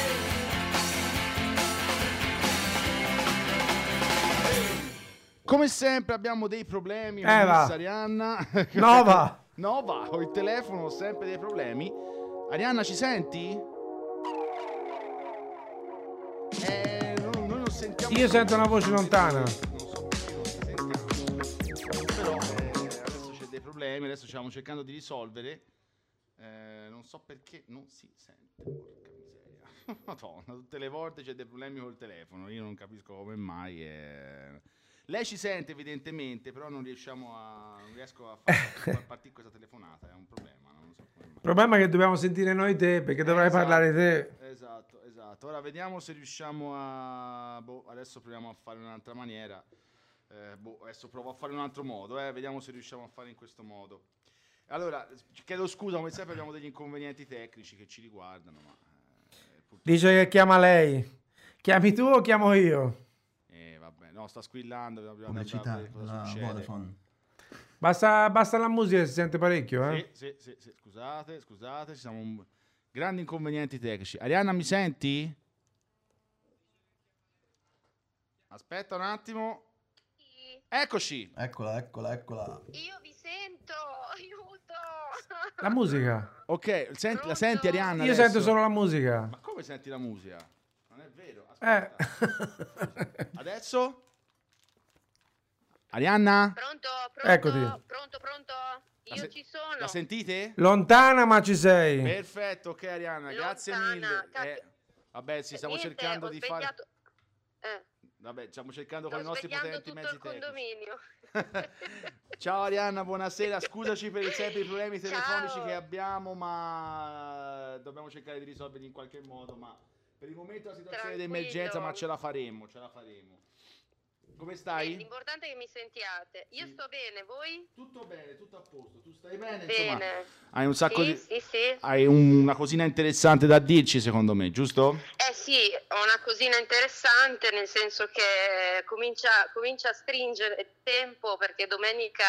Come sempre abbiamo dei problemi con Eh, va. Miss Arianna. Nova. Nova, ho il telefono, ho sempre dei problemi. Arianna, ci senti? Eh, no- noi non sentiamo. Io sento una voce lontana. Non so perché non si sentiamo. Però eh, adesso c'è dei problemi, adesso stiamo cercando di risolvere. Eh, non so perché non si sente. Porca miseria. Madonna, tutte le volte c'è dei problemi col telefono. Io non capisco come mai. eh. Lei ci sente evidentemente, però non riusciamo a. Non riesco a far, far partire questa telefonata. È un problema, non so come mai. Il problema è che dobbiamo sentire noi te, perché dovrai Esatto, parlare te. Esatto, esatto. Ora vediamo se riusciamo a. Boh, adesso proviamo a fare in un'altra maniera. Eh, boh, adesso provo a fare in un altro modo, eh. Vediamo se riusciamo a fare in questo modo. Allora, chiedo scusa, come sempre abbiamo degli inconvenienti tecnici che ci riguardano, ma. eh, purtroppo- Dice che chiama lei. Chiami tu o chiamo io? Eh, vabbè, no, sta squillando. dobbiamo Pubblicità, vedere cosa la succede. Vodafone. Basta, basta la musica, si sente parecchio, eh? Sì, sì, sì, sì, scusate, scusate, ci siamo un... grandi inconvenienti tecnici. Arianna, mi senti? Aspetta un attimo. Sì, Eccoci. Eccola, eccola, eccola. io vi sento, aiuto! La musica. Ok, senti, la senti Arianna? Io adesso? sento solo la musica. Ma come senti la musica? Non è vero. Aspetta. Eh. Adesso? Arianna? Pronto? Pronto? Eccoti. Pronto, pronto? La Io se- ci sono. La sentite? Lontana ma ci sei. Perfetto, ok Arianna, grazie Lontana, mille. cap- Eh, vabbè, sì, stiamo Niente, cercando ho di fare... svegliato- Eh, Vabbè, stiamo cercando sto con i nostri svegliando potenti tutto mezzi il tecnici. condominio. Ciao Arianna, buonasera. Scusaci per sempre i problemi telefonici Ciao. che abbiamo, ma dobbiamo cercare di risolverli in qualche modo. Ma per il momento la situazione di Tranquillo. emergenza, ma ce la faremo, ce la faremo. Come Eh, stai? L'importante è che mi sentiate. Io Sì. sto bene, voi? Tutto bene, tutto a posto. Tu stai bene? Insomma, Bene. hai un sacco Sì, di... sì, sì. Hai una cosina interessante da dirci, secondo me, giusto? Eh sì, ho una cosina interessante, nel senso che comincia, comincia a stringere il tempo, perché domenica,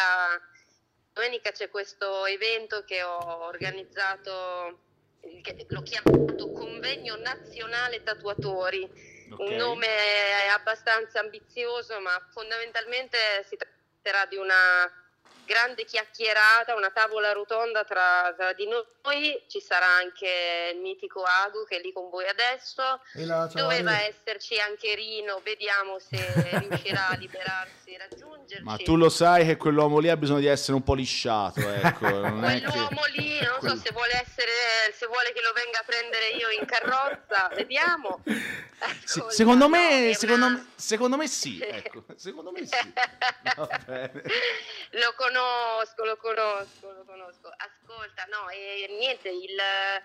domenica c'è questo evento che ho organizzato, che l'ho chiamato Convegno Nazionale Tatuatori. Ok. Un nome abbastanza ambizioso, ma fondamentalmente si tratterà di una grande chiacchierata, una tavola rotonda tra, tra di noi. Ci sarà anche il mitico Agu che è lì con voi adesso. E la- ciao, Doveva Ale. esserci anche Rino, vediamo se riuscirà a liberarsi e raggiungerci. Ma tu lo sai che quell'uomo lì ha bisogno di essere un po' lisciato, ecco. Non è che... Quell'uomo lì, non Quel- so se vuole essere, se vuole che lo venga a prendere io in carrozza, vediamo. Sì, Ascolta, secondo no, me, è secondo, una- me- secondo me sì, ecco, secondo me sì. Va bene. Lo conosco, lo conosco, lo conosco. Ascolta, no, e niente, il,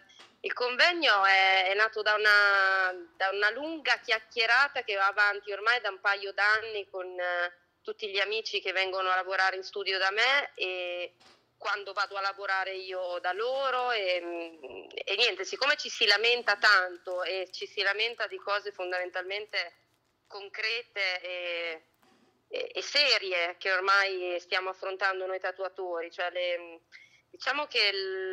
il convegno è, è nato da una, da una lunga chiacchierata che va avanti ormai da un paio d'anni con eh, tutti gli amici che vengono a lavorare in studio da me e quando vado a lavorare io da loro e, e niente, siccome ci si lamenta tanto e ci si lamenta di cose fondamentalmente concrete e, e, e serie che ormai stiamo affrontando noi tatuatori, cioè le, diciamo che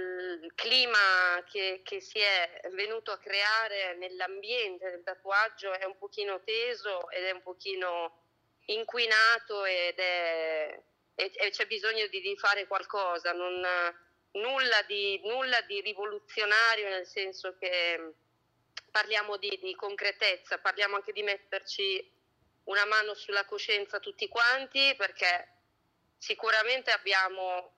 il clima che, che si è venuto a creare nell'ambiente del tatuaggio è un pochino teso ed è un pochino inquinato ed è, e, e c'è bisogno di, di fare qualcosa, non, nulla, di, nulla di rivoluzionario, nel senso che parliamo di, di concretezza, parliamo anche di metterci una mano sulla coscienza tutti quanti, perché sicuramente abbiamo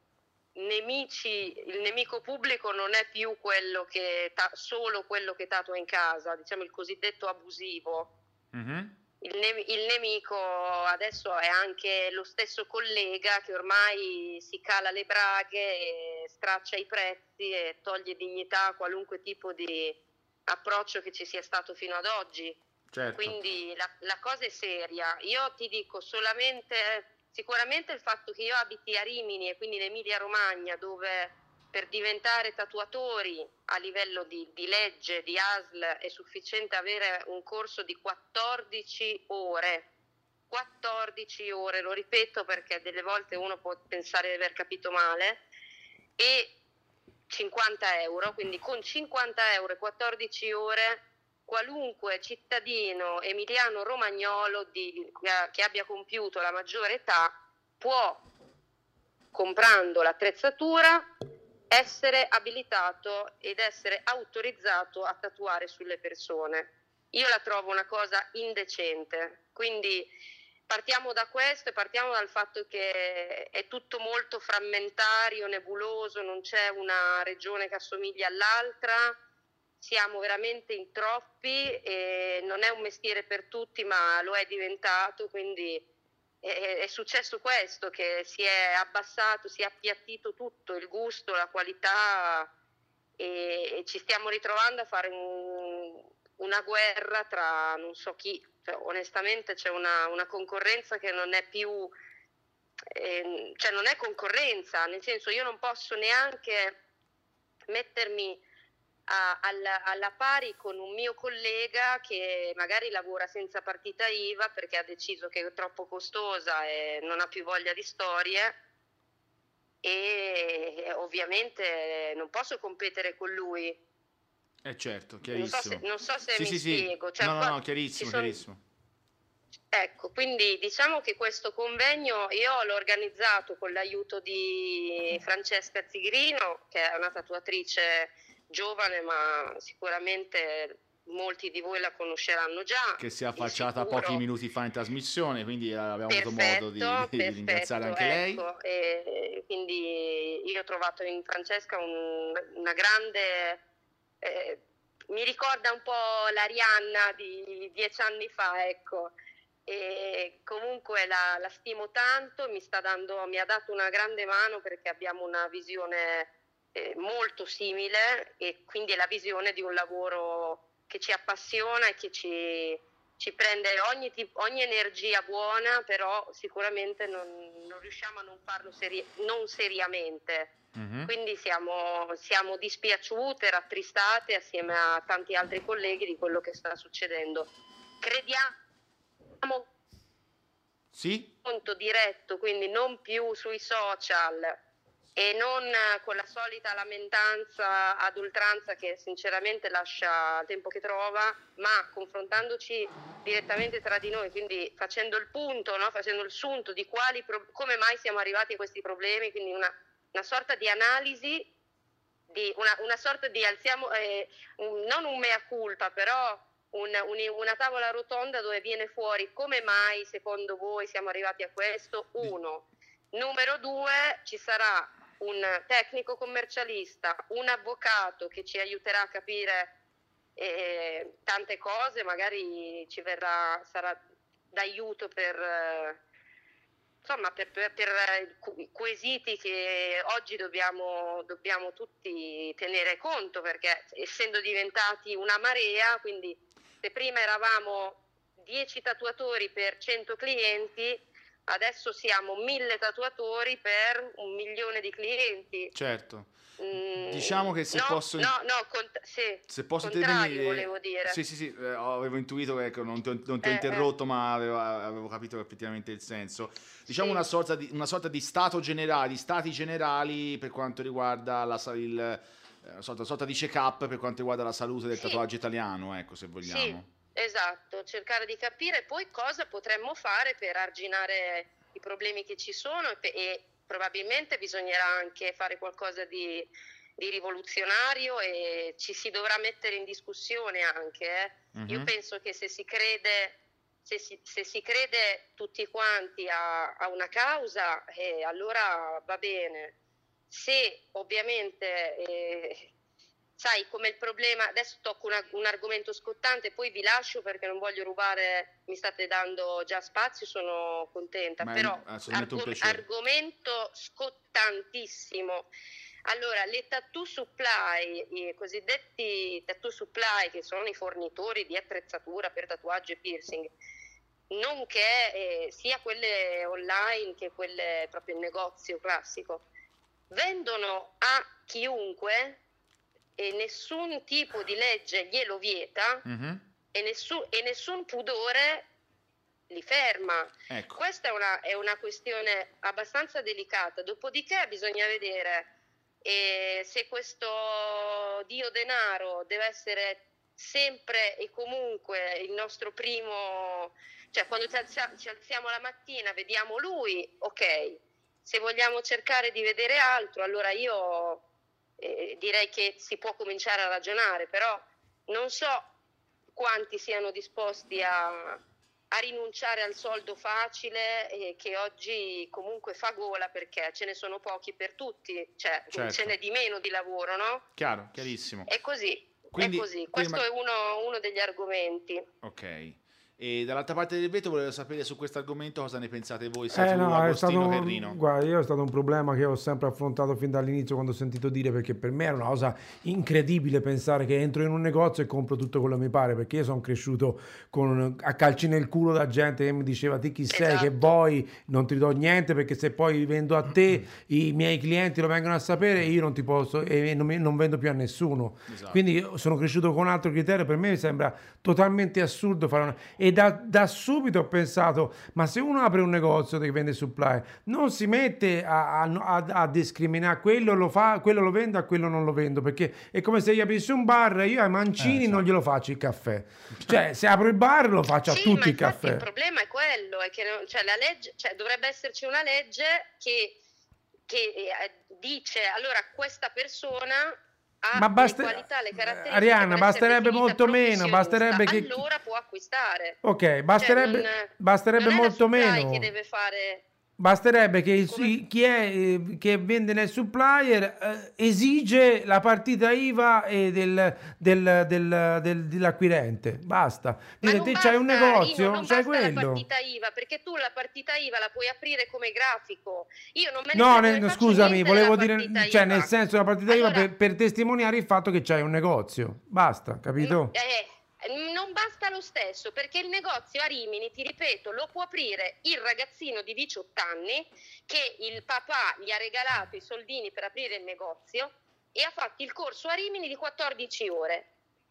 nemici, il nemico pubblico non è più quello che ta- solo quello che tatua in casa, diciamo il cosiddetto abusivo. Mhm. Il, ne- il nemico adesso è anche lo stesso collega che ormai si cala le braghe e straccia i prezzi e toglie dignità a qualunque tipo di approccio che ci sia stato fino ad oggi. Certo. Quindi la, la cosa è seria. Io ti dico solamente, sicuramente il fatto che io abiti a Rimini e quindi in Emilia Romagna, dove per diventare tatuatori a livello di, di legge, di A S L, è sufficiente avere un corso di quattordici ore. quattordici ore, lo ripeto perché delle volte uno può pensare di aver capito male, e cinquanta euro, quindi con cinquanta euro e quattordici ore qualunque cittadino emiliano romagnolo di, che abbia compiuto la maggiore età può, comprando l'attrezzatura, essere abilitato ed essere autorizzato a tatuare sulle persone. Io la trovo una cosa indecente, quindi partiamo da questo e partiamo dal fatto che è tutto molto frammentario, nebuloso, non c'è una regione che assomiglia all'altra, siamo veramente in troppi e non è un mestiere per tutti, ma lo è diventato, quindi è, è successo questo, che si è abbassato, si è appiattito tutto, il gusto, la qualità, e, e ci stiamo ritrovando a fare un, una guerra tra non so chi. Cioè, onestamente c'è una, una concorrenza che non è più, eh, cioè non è concorrenza, nel senso io non posso neanche mettermi a, alla, alla pari con un mio collega che magari lavora senza partita I V A perché ha deciso che è troppo costosa e non ha più voglia di storie, e ovviamente non posso competere con lui. Eh certo, Non so chiarissimo. se, non so se Sì, mi sì, sì. spiego. Cioè, No, no, qua no, chiarissimo, ci son- chiarissimo. Ecco, quindi diciamo che questo convegno io l'ho organizzato con l'aiuto di Francesca Zigrino, che è una tatuatrice giovane ma sicuramente molti di voi la conosceranno già. Che si è di affacciata sicuro. pochi minuti fa in trasmissione, quindi abbiamo avuto Perfetto, modo di, di- di ringraziare anche lei. ecco, e quindi io ho trovato in Francesca un- una grande, eh, mi ricorda un po' la Rihanna di dieci anni fa, ecco, e comunque la, la stimo tanto, mi sta dando, mi ha dato una grande mano perché abbiamo una visione eh, molto simile, e quindi è la visione di un lavoro che ci appassiona e che ci, ci prende ogni, tip- ogni energia buona, però sicuramente non, non riusciamo a non farlo seri- non seriamente. Mhm. Quindi siamo, siamo dispiaciute, rattristate assieme a tanti altri colleghi di quello che sta succedendo. Crediamo Sì? conto diretto, quindi non più sui social e non eh, con la solita lamentanza ad oltranza che sinceramente lascia il tempo che trova, ma confrontandoci direttamente tra di noi, quindi facendo il punto, no? Facendo il sunto di quali pro- come mai siamo arrivati a questi problemi, quindi una, una sorta di analisi, di una, una sorta di alziamo, eh, un- non un mea culpa, però un- un- una tavola rotonda dove viene fuori come mai secondo voi siamo arrivati a questo, uno. Numero due, ci sarà un tecnico commercialista, un avvocato che ci aiuterà a capire eh, tante cose, magari ci verrà, sarà d'aiuto per, eh, insomma, per, per- per, eh, cu- quesiti che oggi dobbiamo, dobbiamo tutti tenere conto, perché essendo diventati una marea, quindi se prima eravamo dieci tatuatori per cento clienti, adesso siamo mille tatuatori per un milione di clienti. Certo. Mm, Diciamo che se no, posso... no, no, cont- sì, Se posso contrario intervenire, volevo dire. sì, sì, sì, eh, avevo intuito che ecco, non ti ho, non ti ho Eh, interrotto, ma avevo, avevo capito effettivamente il senso. Diciamo Sì. una, sorta di, una sorta di stato generale, di stati generali per quanto riguarda la, sa- il, eh, una sorta, sorta di check-up per quanto riguarda la salute del Sì. tatuaggio italiano, ecco, se vogliamo. Sì, esatto, cercare di capire poi cosa potremmo fare per arginare i problemi che ci sono e, pe- e probabilmente bisognerà anche fare qualcosa di, di rivoluzionario e ci si dovrà mettere in discussione anche. eh. Mhm. Io penso che se si crede, se si, se si crede tutti quanti a, a una causa, eh, allora va bene. Se ovviamente... eh, sai, come il problema, adesso tocco una- un argomento scottante, poi vi lascio perché non voglio rubare, mi state dando già spazio, sono contenta, Ma è però assolutamente un argom- piacere. argomento scottantissimo. Allora, le tattoo supply, i cosiddetti tattoo supply, che sono i fornitori di attrezzatura per tatuaggio e piercing, nonché eh, sia quelle online che quelle proprio in negozio classico, vendono a chiunque e nessun tipo di legge glielo vieta Mhm. e nessun, e nessun pudore li ferma. Ecco. Questa è una, è una questione abbastanza delicata, dopodiché bisogna vedere eh, se questo dio denaro deve essere sempre e comunque il nostro primo, cioè quando ci alzia- ci alziamo la mattina vediamo lui, ok, se vogliamo cercare di vedere altro, allora io eh, direi che si può cominciare a ragionare, però non so quanti siano disposti a, a rinunciare al soldo facile eh, che oggi comunque fa gola, perché ce ne sono pochi per tutti, cioè Certo. ce n'è di meno di lavoro, no? Chiaro, chiarissimo. È così, Quindi- è così. quindi Questo ma- è uno, uno degli argomenti. Ok. E dall'altra parte del vetro volevo sapere su questo argomento cosa ne pensate voi, Eh, sia tu, no, è Agostino stato, che Rino. guarda, io è stato un problema che ho sempre affrontato fin dall'inizio quando ho sentito dire, perché per me era una cosa incredibile pensare che entro in un negozio e compro tutto quello che mi pare, perché io sono cresciuto con, a calci nel culo da gente che mi diceva ti chi sei, Esatto. che vuoi, non ti do niente perché se poi vendo a te i miei clienti lo vengono a sapere e io non ti posso e non, mi- non vendo più a nessuno. Esatto. Quindi io sono cresciuto con un altro criterio, per me mi sembra totalmente assurdo fare una... e da, da subito ho pensato, ma se uno apre un negozio che vende supply non si mette a, a, a- a discriminare, quello lo fa, quello lo vendo, a quello non lo vendo, perché è come se io aprissi un bar e io ai mancini non glielo faccio il caffè, cioè se apro il bar lo faccio Sì, a tutti ma il infatti caffè. il problema è quello, è che non- cioè, la legge, cioè, dovrebbe esserci una legge che, che eh, dice allora questa persona ha Ma basta- le qualità, le caratteristiche Arianna, per essere basterebbe definita molto meno, professionista, basterebbe che- allora può acquistare. Ok, basterebbe, Cioè, non- basterebbe non è la molto supply meno. che deve fare. Basterebbe che il- Come? chi è eh, che vende nel supplier eh, esige la partita I V A e del, del- del- del- dell'acquirente. Basta. Ma Dire, non te basta, c'hai un Rino, negozio, non c'hai basta la quello. partita I V A, perché tu la partita I V A la puoi aprire come grafico. Io non me ne No, frego, ne- ne no, faccio scusami, niente volevo della dire, partita cioè I V A. nel senso la partita I V A Allora, per, per testimoniare il fatto che c'hai un negozio. Basta, capito? Eh, non basta lo stesso, perché il negozio a Rimini, ti ripeto, lo può aprire il ragazzino di diciotto anni che il papà gli ha regalato i soldini per aprire il negozio e ha fatto il corso a Rimini di quattordici ore.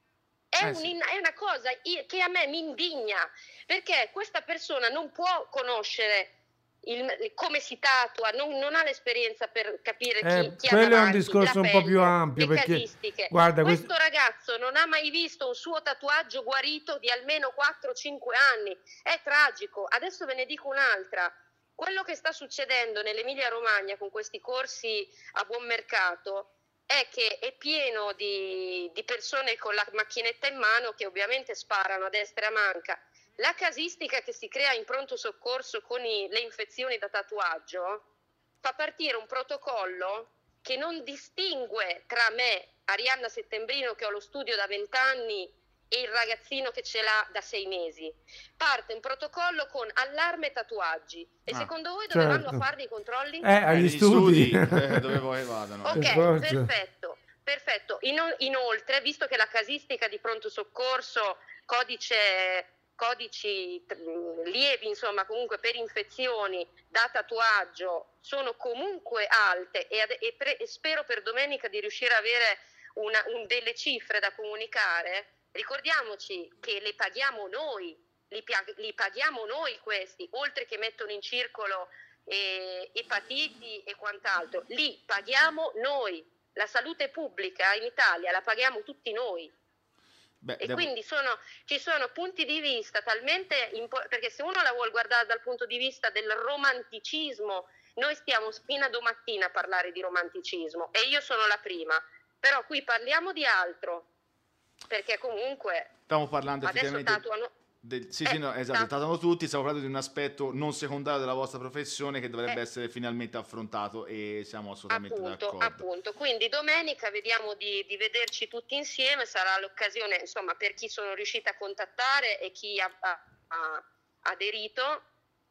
È, Eh un- sì. è una cosa i- che a me mi indigna, perché questa persona non può conoscere il- come si tatua, non, non ha l'esperienza per capire chi, Eh, chi ha quello è un davanti, discorso la un po' più pelle, ampio, le perché, casistiche. guarda, questo questo- ragazzo non ha mai visto un suo tatuaggio guarito di almeno quattro cinque anni, è tragico. Adesso ve ne dico un'altra. Quello che sta succedendo nell'Emilia Romagna con questi corsi a buon mercato è che è pieno di, di persone con la macchinetta in mano che ovviamente sparano a destra e a manca. La casistica che si crea in pronto soccorso con i- le infezioni da tatuaggio fa partire un protocollo che non distingue tra me, Arianna Settembrino, che ho lo studio da vent'anni, e il ragazzino che ce l'ha da sei mesi. Parte un protocollo con allarme tatuaggi. E Ah, secondo voi dove certo. vanno a fare i controlli? Eh, agli negli studi. eh, dove poi vadano. Ok, Per forza. perfetto, perfetto. Ino- inoltre, visto che la casistica di pronto soccorso, codice, codici mh, lievi, insomma, comunque per infezioni da tatuaggio, sono comunque alte e, ade- e pre- e spero per domenica di riuscire a avere una- un- delle cifre da comunicare, ricordiamoci che le paghiamo noi, li, pia- li paghiamo noi questi, oltre che mettono in circolo eh, epatiti e quant'altro, li paghiamo noi, la salute pubblica in Italia la paghiamo tutti noi. Beh, E devo- quindi sono, ci sono punti di vista talmente impo- perché se uno la vuole guardare dal punto di vista del romanticismo, noi stiamo fino a domattina a parlare di romanticismo e io sono la prima, però qui parliamo di altro, perché comunque stiamo parlando adesso effettivamente tatuano. del- sì, Eh, sì, no, esatto, tatu- tatuano tutti, stiamo parlando di un aspetto non secondario della vostra professione che dovrebbe Eh. essere finalmente affrontato e siamo assolutamente Appunto, d'accordo. appunto, quindi domenica vediamo di, di vederci tutti insieme, sarà l'occasione insomma per chi sono riuscita a contattare e chi ha, ha- ha aderito,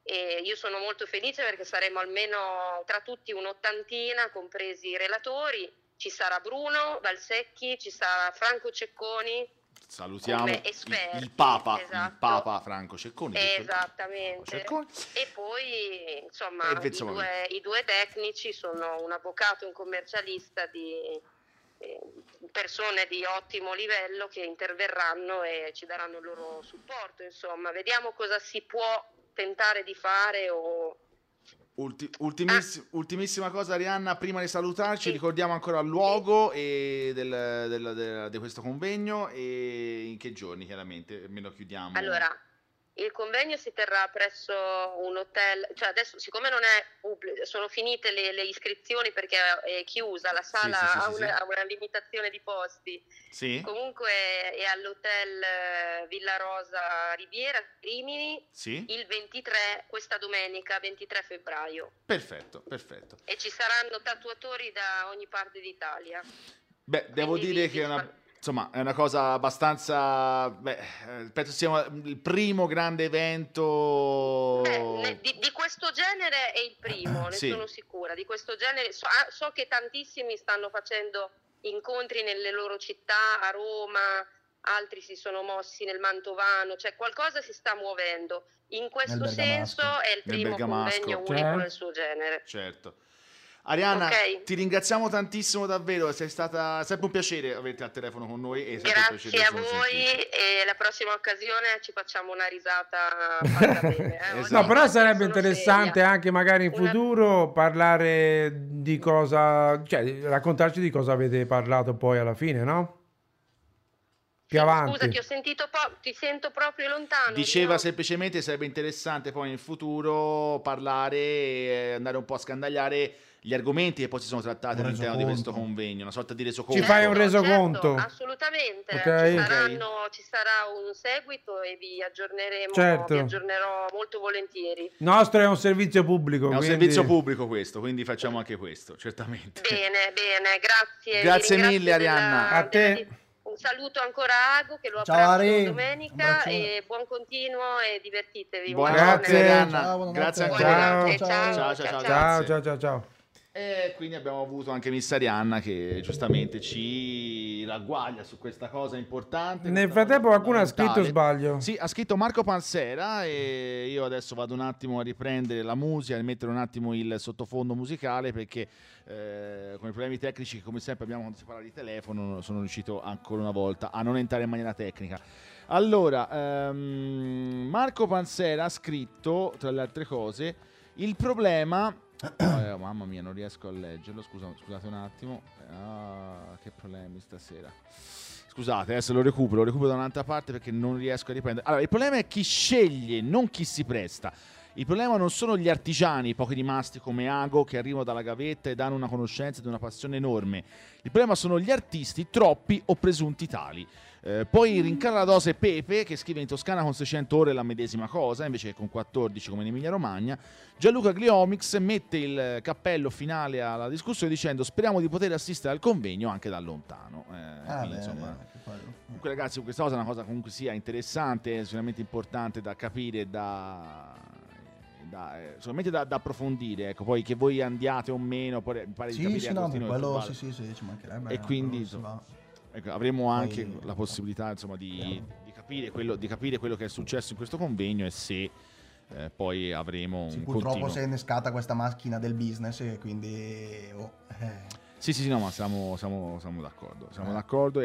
e io sono molto felice perché saremo almeno tra tutti un'ottantina, compresi i relatori, ci sarà Bruno Valsecchi, ci sarà Franco Cecconi, Salutiamo come il, esperti, il Papa, il esatto. Papa Franco Cecconi. detto- Esattamente. Cecconi. E poi insomma E i Vezzomani. due, i due tecnici sono un avvocato e un commercialista di eh, persone di ottimo livello che interverranno e ci daranno il loro supporto. Insomma, vediamo cosa si può tentare di fare o Ulti- ultimissi- Ultimissima cosa, Arianna, prima di salutarci, Sì. ricordiamo ancora il luogo e del, del- del- di questo convegno e in che giorni, chiaramente, me lo chiudiamo. Allora, il convegno si terrà presso un hotel, cioè adesso siccome non è pubblico, sono finite le, le iscrizioni perché è chiusa, la Sì, sala sì, sì, ha, sì, una, sì. ha una limitazione di posti. Sì? Comunque è all'hotel eh, Villa Rosa Riviera, Rimini, Sì? il ventitré, questa domenica, ventitré febbraio. Perfetto, perfetto. E ci saranno tatuatori da ogni parte d'Italia. Beh, devo Quindi dire vi- che è vi una, fa- insomma, è una cosa abbastanza, beh, eh, penso sia il primo grande evento. Beh, ne- di, di questo genere è il primo, ne Sì. sono sicura. Di questo genere so, ah, so che tantissimi stanno facendo incontri nelle loro città, a Roma, altri si sono mossi nel Mantovano, cioè qualcosa si sta muovendo. In questo Nel senso Bergamasco. è il Nel primo Bergamasco. convegno unico Certo. nel suo genere. Certo. Arianna, Ok. ti ringraziamo tantissimo davvero, sei stata sempre un piacere averti al telefono con noi e sempre un Grazie piacere a insomma, voi sentirti. e la prossima occasione ci facciamo una risata fatta bene. eh. Esatto. Oggi No, però sarebbe sono interessante seria. anche magari in Una- futuro parlare di cosa, cioè raccontarci di cosa avete parlato poi alla fine, no? Più Sì, avanti. Scusa, ti ho sentito po- ti sento proprio lontano. Diceva Rino. semplicemente sarebbe interessante poi in futuro parlare e andare un po' a scandagliare gli argomenti che poi si sono trattati Un all'interno di questo resoconto. convegno, una sorta di resoconto. Ci fai un Certo, resoconto? certo, assolutamente. Ok. Ci, saranno, ci sarà un seguito e vi aggiorneremo, Certo. vi aggiornerò molto volentieri. Il nostro è un servizio pubblico. È un quindi- servizio pubblico questo, quindi facciamo anche questo, certamente. Bene, bene, grazie. Grazie vi ringrazio mille, Arianna. della- A te. della- Un saluto ancora a Ago che lo Ciao, abbraccio Ari. domenica Abbraccione. e buon continuo e divertitevi. Buonanotte Grazie. Arianna, Ciao, buonanotte. grazie Ciao. ancora. Buonanotte, Ciao. ciao, Ciao, ciao, ciao, Ciao, grazie. ciao, ciao, ciao. E quindi abbiamo avuto anche Miss Arianna che giustamente ci ragguaglia su questa cosa importante. Nel questa frattempo cosa qualcuno ha scritto fondamentale. sbaglio. Sì, ha scritto Marco Pansera e io adesso vado un attimo a riprendere la musica e mettere un attimo il sottofondo musicale perché eh, con i problemi tecnici che come sempre abbiamo quando si parla di telefono sono riuscito ancora una volta a non entrare in maniera tecnica. Allora, ehm, Marco Pansera ha scritto, tra le altre cose, il problema... Eh, mamma mia, non riesco a leggerlo. Scusa, scusate un attimo. Ah, che problemi stasera. Scusate, adesso lo recupero. Lo recupero da un'altra parte perché non riesco a riprendere. Allora, il problema è chi sceglie, non chi si presta. Il problema non sono gli artigiani, pochi rimasti come Ago, che arrivano dalla gavetta e danno una conoscenza ed una passione enorme. Il problema sono gli artisti, troppi o presunti tali. Eh, poi rincara la dose Pepe, che scrive in Toscana con seicento ore la medesima cosa, invece che con quattordici come in Emilia Romagna. Gianluca Gliomix mette il cappello finale alla discussione dicendo speriamo di poter assistere al convegno anche da lontano. Eh, Ah, quindi, beh, insomma, beh, che bello. comunque ragazzi, questa cosa è una cosa comunque sia interessante, sicuramente importante da capire, da... Da, eh, solamente da, da approfondire, ecco, poi che voi andiate o meno, poi mi pare di Sì, capire sì, no, Agostino per che tu quello vada. sì, sì, sì, ci mancherebbe. E quindi, quello si insomma, va. ecco, avremo anche Poi- la possibilità insomma di, di, capire quello, di capire quello che è successo in questo convegno e se eh, poi avremo Sì, un purtroppo continuo. si è innescata questa macchina del business e quindi... oh, eh. Sì, sì, sì, no, ma siamo, siamo, siamo d'accordo. Siamo Eh. d'accordo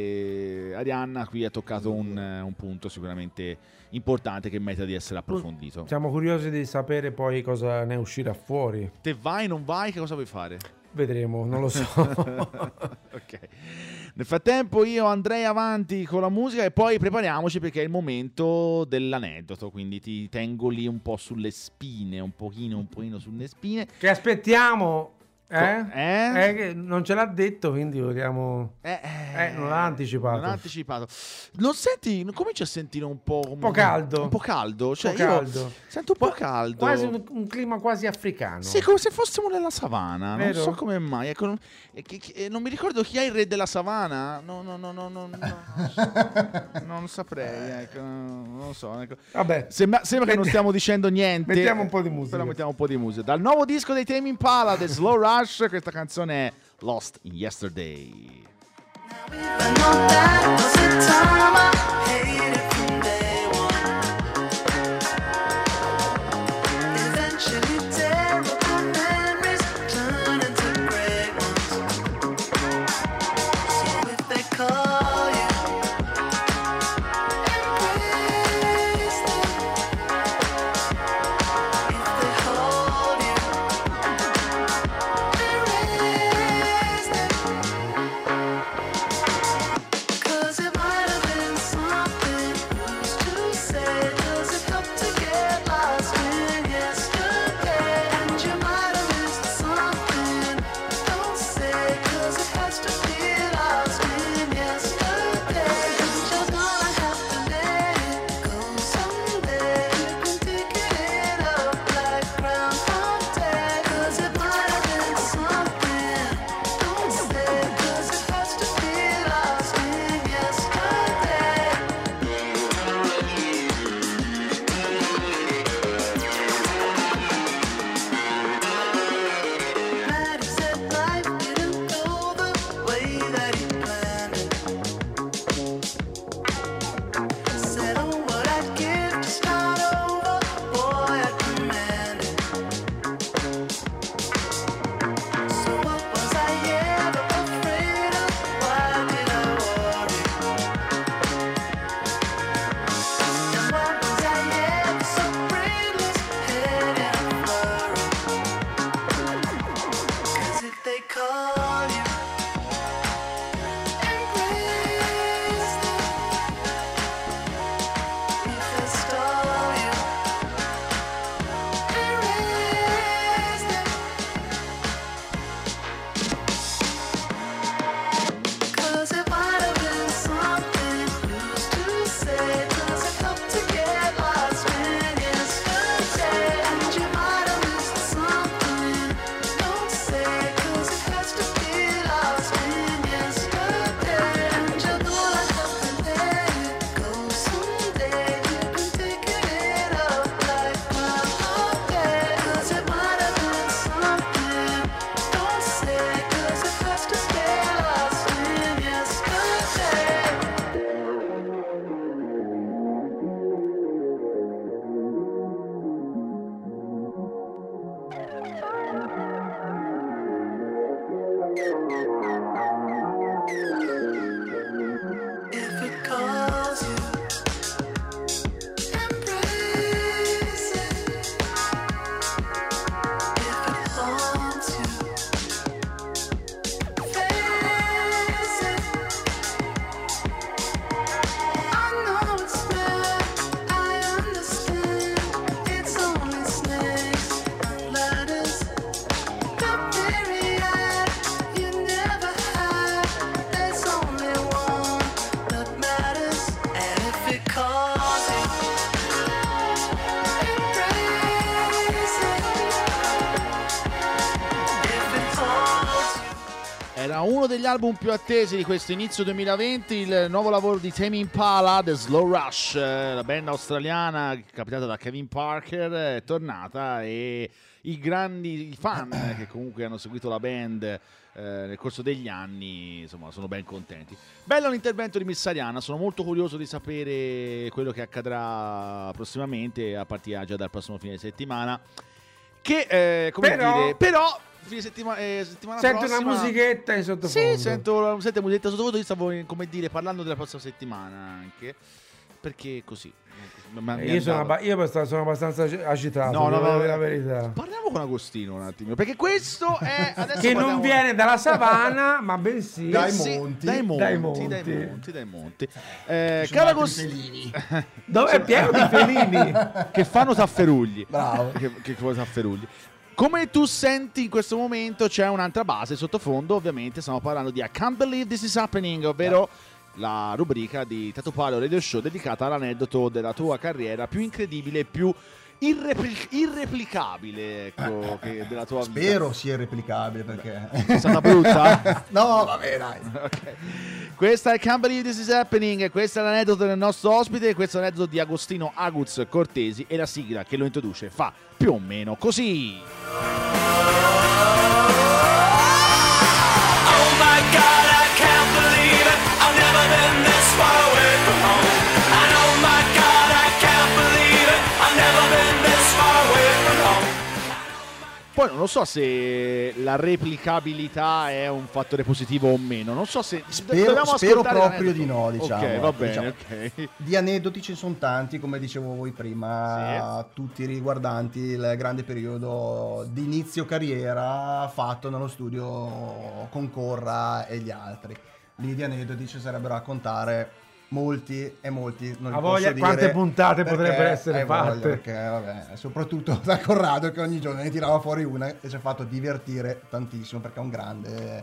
e Arianna qui ha toccato un, un punto sicuramente importante che merita di essere approfondito. Siamo curiosi di sapere poi cosa ne uscirà fuori. Te vai, non vai, che cosa vuoi fare? Vedremo, non lo so. Ok. Nel frattempo io andrei avanti con la musica e poi prepariamoci perché è il momento dell'aneddoto, quindi ti tengo lì un po' sulle spine, un pochino, un pochino sulle spine. Che aspettiamo? Eh? Eh? Eh, che non ce l'ha detto, quindi vogliamo... Eh, Eh, non l'ha anticipato. Non l'ha anticipato. Non senti, non cominci a sentire un po'... Un po' caldo. Un po' caldo. Cioè Un po' io caldo. sento un po' caldo. Quasi un, un clima quasi africano. Sì, come se fossimo nella savana, non Vero? so come mai. Ecco, non, eh, che- che- non mi ricordo chi è il re della savana. No, no, no, no, no, no, non, so. Non saprei. Ecco, non so. Ecco. Vabbè, Sembra, sembra che non stiamo dicendo niente. Mettiamo un po' di musica. Però mettiamo un po' di musica. Dal nuovo disco dei Tame Impala, The Slow Rush, questa canzone è Lost in Yesterday. Cause it might have been something If it calls you, embrace it. If it haunts you, face it. I know it's bad, I understand. It's only snakes, ladders, the period you never had. There's only one that matters. And if it calls you, embrace it. If it calls you. Era uno degli album più attesi di questo inizio duemilaventi, il nuovo lavoro di Tame Impala, The Slow Rush, eh, la band australiana capitata da Kevin Parker, è tornata e i grandi fan eh, che comunque hanno seguito la band eh, nel corso degli anni, insomma, sono ben contenti. Bello l'intervento di Missariana, sono molto curioso di sapere quello che accadrà prossimamente a partire già dal prossimo fine settimana. Che, eh, come Però- dire, però fine settima- eh, settimana Sento prossima una musichetta in sottofondo. sì, sento, sento musichetta sottofondo. Io stavo, come dire, parlando della prossima settimana anche. Perché così. Ma mi Eh, Io sono, andava. abba- io abbastanza- sono abbastanza ag- agitato, No, no, devo no, dire no. la verità. Parliamo con Agostino un attimo. Perché questo è. Adesso Che non parliamo- viene dalla savana, ma bensì Dai Sì, monti. dai monti, Dai dai monti. monti, dai monti. Eh, Ci sono caro altri Agostino, felini. dove è pieno di felini. che fanno tafferugli. Bravo. Che, che fanno tafferugli. Come tu senti in questo momento c'è un'altra base sottofondo, ovviamente stiamo parlando di I Can't Believe This Is Happening, ovvero la rubrica di Tattoo Paleo Radio Show dedicata all'aneddoto della tua carriera più incredibile e più irrepli- irreplicabile, ecco, che della tua vita. Spero sia irreplicabile perché... È stata brutta? No, vabbè, dai. Ok. Questa è Can't Believe This Is Happening, questo è l'aneddoto del nostro ospite, questo è l'aneddoto di Agostino Aguz Cortesi e la sigla che lo introduce fa più o meno così. Oh my God, I can't believe it. I've never been this far away from home. And oh my God, I can't believe it. I've never been this far away from home. Poi non lo so se la replicabilità è un fattore positivo o meno, non so se Spero- dobbiamo spero ascoltare proprio l'aneddoto. di no, diciamo, Ok, va ecco, bene, diciamo. ok. Di aneddoti ce ne sono tanti, come dicevo voi prima, tutti riguardanti il grande periodo di inizio carriera fatto nello studio con Corra e gli altri. Lì di aneddoti ci sarebbero a contare molti e molti. Non li A voglia, posso dire quante puntate perché potrebbero essere hai voglia, fatte. Perché, vabbè, soprattutto da Corrado che ogni giorno ne tirava fuori una e ci ha fatto divertire tantissimo perché è un grande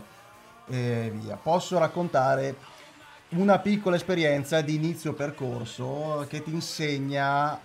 e via. Posso raccontare una piccola esperienza di inizio percorso che ti insegna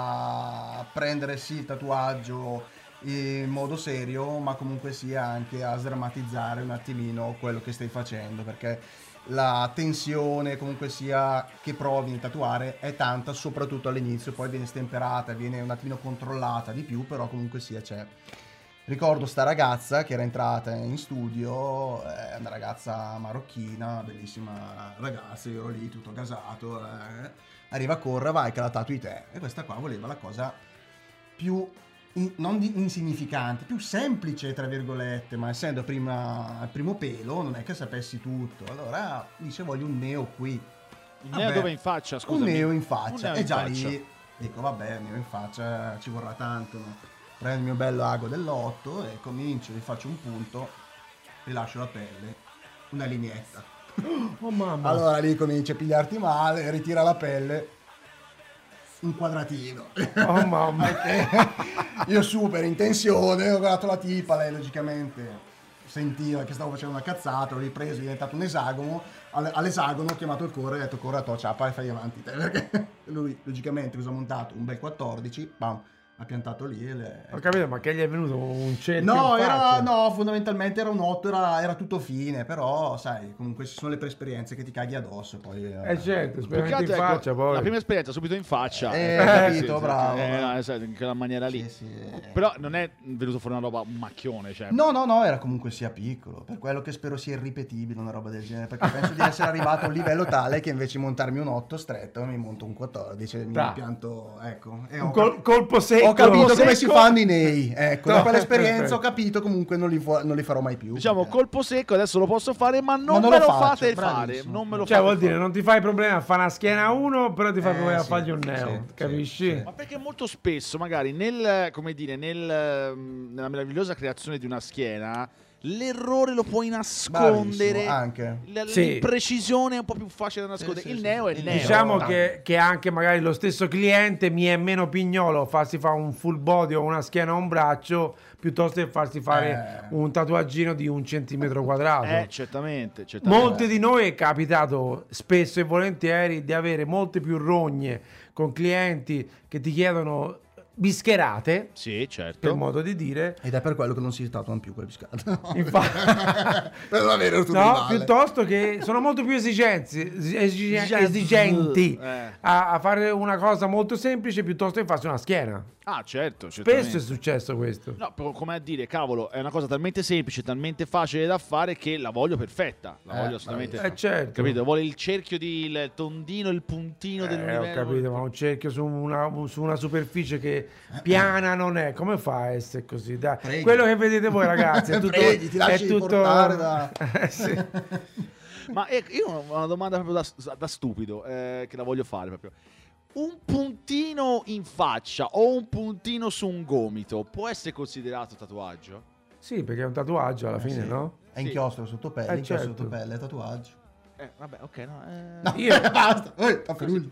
a prendere sì il tatuaggio in modo serio, ma comunque sia anche a sdrammatizzare un attimino quello che stai facendo, perché la tensione comunque sia che provi a tatuare è tanta, soprattutto all'inizio, poi viene stemperata, viene un attimino controllata di più, però comunque sia c'è. Ricordo sta ragazza che era entrata in studio, è una ragazza marocchina, bellissima ragazza, io ero lì tutto gasato, eh. Arriva a Corra, vai che la tatui te, e questa qua voleva la cosa più in- non di- insignificante, più semplice tra virgolette, ma essendo prima il primo pelo non è che sapessi tutto, allora dice voglio un neo qui. Il Vabbè, neo dove in faccia, scusami. un neo in Un faccia, neo e in già faccia. lì dico vabbè, il neo in faccia ci vorrà tanto, no? Prendo il mio bello ago dell'otto e comincio, gli faccio un punto, rilascio la pelle, una lineetta. Oh mamma. Allora lì comincia a pigliarti male, ritira la pelle, un quadratino. Oh mamma. Io super in tensione, ho guardato la tipa, lei logicamente sentiva che stavo facendo una cazzata, l'ho ripreso, è diventato un esagono, All- all'esagono ho chiamato il Corra e ho detto Corra, to, ciapa e fai avanti te, perché lui logicamente cosa ha montato? Un bel quattordici, bam, ha piantato lì e le... Ho capito, ma che gli è venuto un cerchio No, in era, faccia? no, fondamentalmente era un otto, era, era tutto fine, però sai, comunque ci sono le esperienze che ti caghi addosso, poi... Eh certo, Più che speriamo in altro, ecco, faccia poi. la prima esperienza subito in faccia. Eh, ecco, capito, bravo. eh, no, esatto, in quella maniera lì. Sì, sì. Però non è venuto fuori una roba, un macchione, cioè. No, no, no, era comunque sia piccolo, per quello che spero sia irripetibile una roba del genere, perché penso di essere arrivato a un livello tale che invece di montarmi un otto stretto mi monto un quattordici, mi Dai. pianto, ecco. E Un ho, col- colpo secco. secco. Ho capito Colpo come secco. si fanno i nei. Ecco, da No, quell'esperienza perfetto. ho capito, comunque non li, fu- non li farò mai più. Diciamo perché- colpo secco, adesso lo posso fare, ma non, non me lo lo faccio, fate fare. bravissimo. Non me lo Cioè fate vuol dire fare. non ti fai problema a fare una schiena a uno, però ti fai Eh, problema a sì, fargli un sì, neo, sì, capisci? sì. Ma perché molto spesso, magari nel, come dire, nel, mm, nella meravigliosa creazione di una schiena, l'errore lo puoi nascondere. Bravissimo, anche. L- Sì. L'imprecisione è un po' più facile da nascondere. sì, il sì. neo è il Il neo. Diciamo Tanto. che, che anche magari lo stesso cliente mi è meno pignolo farsi fare un full body o una schiena o un braccio piuttosto che farsi fare Eh. un tatuaggino di un centimetro quadrato. Eh, certamente, certamente. Molti di noi è capitato spesso e volentieri di avere molte più rogne con clienti che ti chiedono bischerate, Sì, certo. per modo di dire. Ed è per quello che non si tatuano più quelle biscate. Infatti, Per non avere tutto no, di male. piuttosto che sono molto più esigenzi, esige- Esigenze. esigenti Eh. a, a fare una cosa molto semplice piuttosto che farsi una schiena. Ah, certo, Spesso certamente. è successo questo. No, però come a dire, cavolo, è una cosa talmente semplice, talmente facile da fare che la voglio perfetta. La Eh, voglio assolutamente. Eh certo. Capito? Vuole il cerchio di il tondino, il puntino Eh, dell'universo. ho capito, ma un cerchio su una, su una superficie che piana non è, come fa a essere così? Dai. Preghi. Quello che vedete voi ragazzi è tutto, Preghi, ti lasci è tutto... portare da- Eh, sì. Ma ecco, io ho una domanda proprio da, da stupido, eh, che la voglio fare proprio. Un puntino in faccia o un puntino su un gomito può essere considerato tatuaggio? Sì, perché è un tatuaggio alla fine, sì. no? È inchiostro sotto pelle, Eh, inchiostro certo. sotto pelle, è tatuaggio. Eh, vabbè, ok, no. eh. No, Io- basta. Eh, Tafferugli.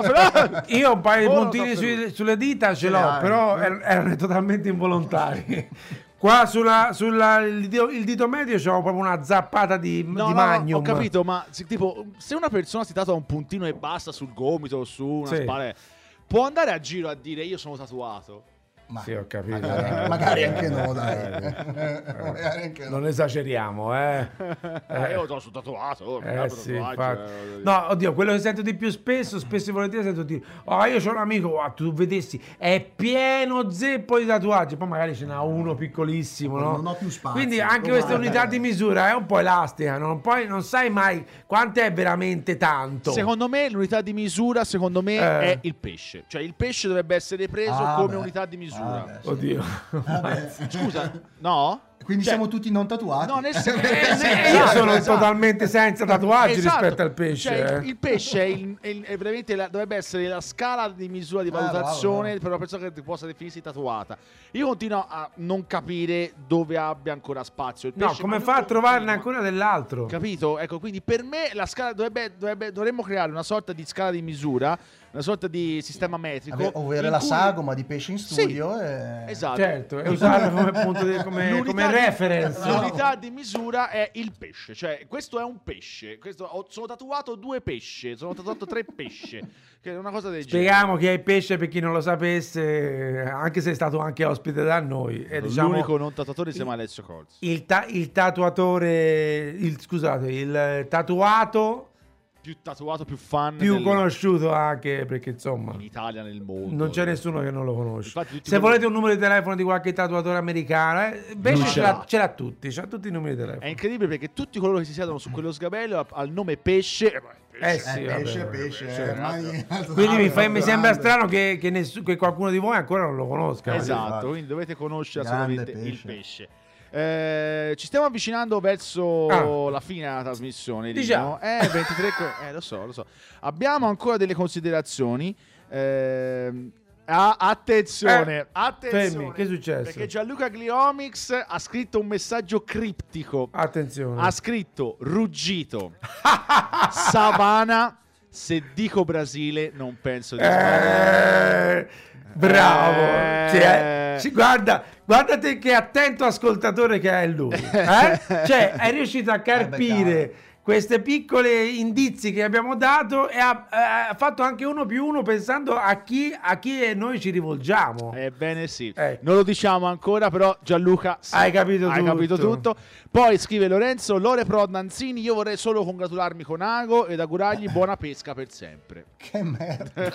Io, io un paio di Oh, puntini no, sui- sulle dita ce Ce l'ho, le hai. però er- erano totalmente involontari. Qua sulla, sulla- il, dito, il dito medio c'ho proprio una zappata di, No, di no, no, magnum. ho capito, ma se, tipo, se una persona si tatua un puntino e basta sul gomito o su una Sì. spalla, può andare a giro a dire io sono tatuato? Ma Sì, ho capito. magari, eh. magari anche no, dai. Eh, Magari anche no. Non esageriamo, eh. Eh, io sono tatuato. oh, mi Eh apro sì, tatuaggio, infatti. eh, No, oddio, quello che sento di più spesso, spesso e volentieri sento dire, oh, io ho un amico, oh, tu vedessi, è pieno zeppo di tatuaggi, poi magari ce n'ha uno piccolissimo, no? Non ho più spazio. Quindi anche Oh, questa guarda. unità di misura è un po' elastica, non, poi non sai mai quanto è veramente tanto. Secondo me l'unità di misura, secondo me, Eh. è il pesce. Cioè il pesce dovrebbe essere preso Ah, come beh. unità di misura. Ah, beh, sì. Oddio. Vabbè. Scusa, no? Quindi Cioè, siamo tutti non tatuati. No, nel senso, Eh, sì, io esatto, sono esatto. totalmente senza tatuaggi Esatto. rispetto al pesce. Cioè, il, eh. il pesce è, il- è il- è veramente la- dovrebbe essere la scala di misura di bravo, valutazione bravo. per una persona che ti possa definirsi tatuata. Io continuo a non capire dove abbia ancora spazio il No, pesce. come ma fa a io trovarne continuo. ancora dell'altro? Capito? Ecco, quindi per me la scala dovrebbe, dovrebbe- dovremmo creare una sorta di scala di misura, una sorta di sistema metrico. Vabbè, ovvero in la cui- sagoma di pesce in Sì, studio. e... Esatto. Certo, e usarlo come punto di, come, L'unità come di- reference. L'unità di misura è il pesce, cioè questo è un pesce. Questo, ho- sono tatuato due pesce, sono tatuato tre pesce, che è una cosa del genere. Spieghiamo chi è il pesce per chi non lo sapesse, anche se è stato anche ospite da noi. È, diciamo, L'unico non tatuatore si chiama Alessio Colzi. il, ta- il tatuatore, il, scusate, il tatuato Più tatuato, più fan più del- conosciuto anche perché insomma in Italia, nel mondo. non c'è nessuno che non lo conosce. Infatti tutti Se quelli- volete un numero di telefono di qualche tatuatore americano, eh, invece Lui ce ce l'ha, l'ha. ce l'ha tutti, c'ha tutti i numeri di È telefono. incredibile perché tutti coloro che si siedono su quello sgabello a- al nome pesce... eh, beh, Eh Eh, sì, pesce, vabbè, pesce. vabbè, eh, certo. ormai- Quindi mi, fa- Ah, mi sembra grande. strano che, che nessu- che qualcuno di voi ancora non lo conosca. Esatto, infatti. quindi dovete conoscere Grande assolutamente il pesce. pesce. Eh, ci stiamo avvicinando verso Ah. la fine della trasmissione. Diciamo. Rino. Eh, ventitré co- eh, lo so, lo so. Abbiamo ancora delle considerazioni. Ehm, ah, attenzione, Eh, attenzione. fermi, che è successo? Perché Gianluca Gliomix ha scritto un messaggio criptico. Attenzione. Ha scritto ruggito, savana. Se dico Brasile, non penso di sbagliare. Eh, bravo. Eh. Cioè, ci- guarda, guarda te che attento ascoltatore che è lui. eh? Cioè, è riuscito a carpire queste piccole indizi che abbiamo dato e ha, ha fatto anche uno più uno pensando a chi, a chi noi ci rivolgiamo. Ebbene sì, Eh. non lo diciamo ancora, però Gianluca sì, Hai capito hai tutto. capito tutto. Poi scrive Lorenzo, Lore Pro Nanzini, io vorrei solo congratularmi con Ago ed augurargli buona pesca per sempre. Che merda.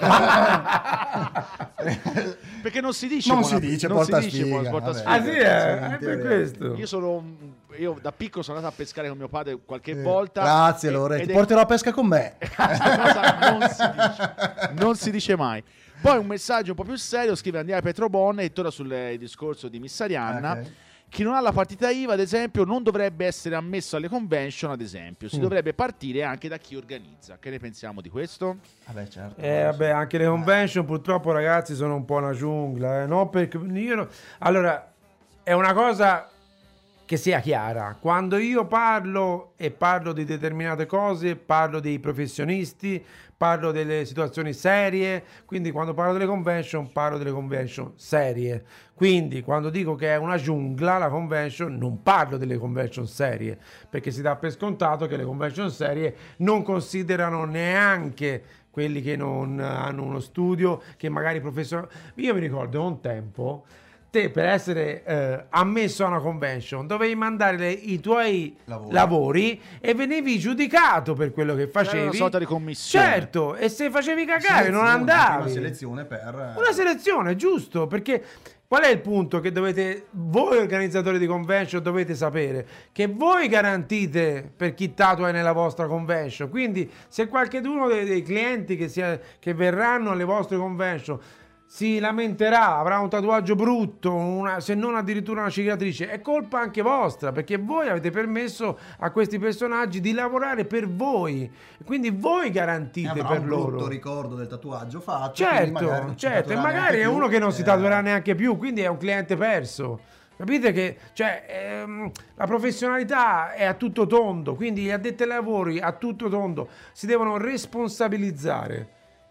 Perché non si dice Non buona- si dice, non porta si dice sfiga, buona- porta vabbè. sfiga. Ah sì, eh? È per questo. Io sono un- io da piccolo sono andato a pescare con mio padre qualche Eh, volta. Grazie e- Lore, ed ti è- porterò a pesca con me. Questa cosa non si dice, non si dice mai. Poi un messaggio un po' più serio, scrive Andrea Petrobon e torna sul eh, discorso di Miss Arianna. Ok. Chi non ha la partita I V A, ad esempio, non dovrebbe essere ammesso alle convention, ad esempio. Si Mm. dovrebbe partire anche da chi organizza. Che ne pensiamo di questo? Vabbè, certo. Eh, vabbè, anche le convention purtroppo, ragazzi, sono un po' una giungla. Eh. No, perché io no- Allora, è una cosa che sia chiara. Quando io parlo e parlo di determinate cose, parlo dei professionisti, parlo delle situazioni serie. Quindi quando parlo delle convention, parlo delle convention serie. Quindi quando dico che è una giungla la convention, non parlo delle convention serie, perché si dà per scontato che le convention serie non considerano neanche quelli che non hanno uno studio, che magari professional. Io mi ricordo un tempo, te per essere eh, ammesso a una convention dovevi mandare le- i tuoi Lavori. lavori e venivi giudicato per quello che facevi. una sorta di commissione. Certo, e se facevi cagare non Selezione, andavi. Una selezione per... Una selezione, giusto, perché qual è il punto che dovete, voi organizzatori di convention dovete sapere? Che voi garantite per chi tatua è nella vostra convention, quindi se qualcuno dei, dei clienti che, sia, che verranno alle vostre convention si lamenterà, avrà un tatuaggio brutto, una- se non addirittura una cicatrice, è colpa anche vostra, perché voi avete permesso a questi personaggi di lavorare per voi, quindi voi garantite avrà per un loro. brutto ricordo del tatuaggio fatto. quindi Certo, magari non si certo, e tatuerà magari neanche è più, uno che non si eh, tatuerà neanche più, quindi è un cliente perso. Capite che cioè, ehm, la professionalità è a tutto tondo, quindi gli addetti ai lavori a tutto tondo si devono responsabilizzare.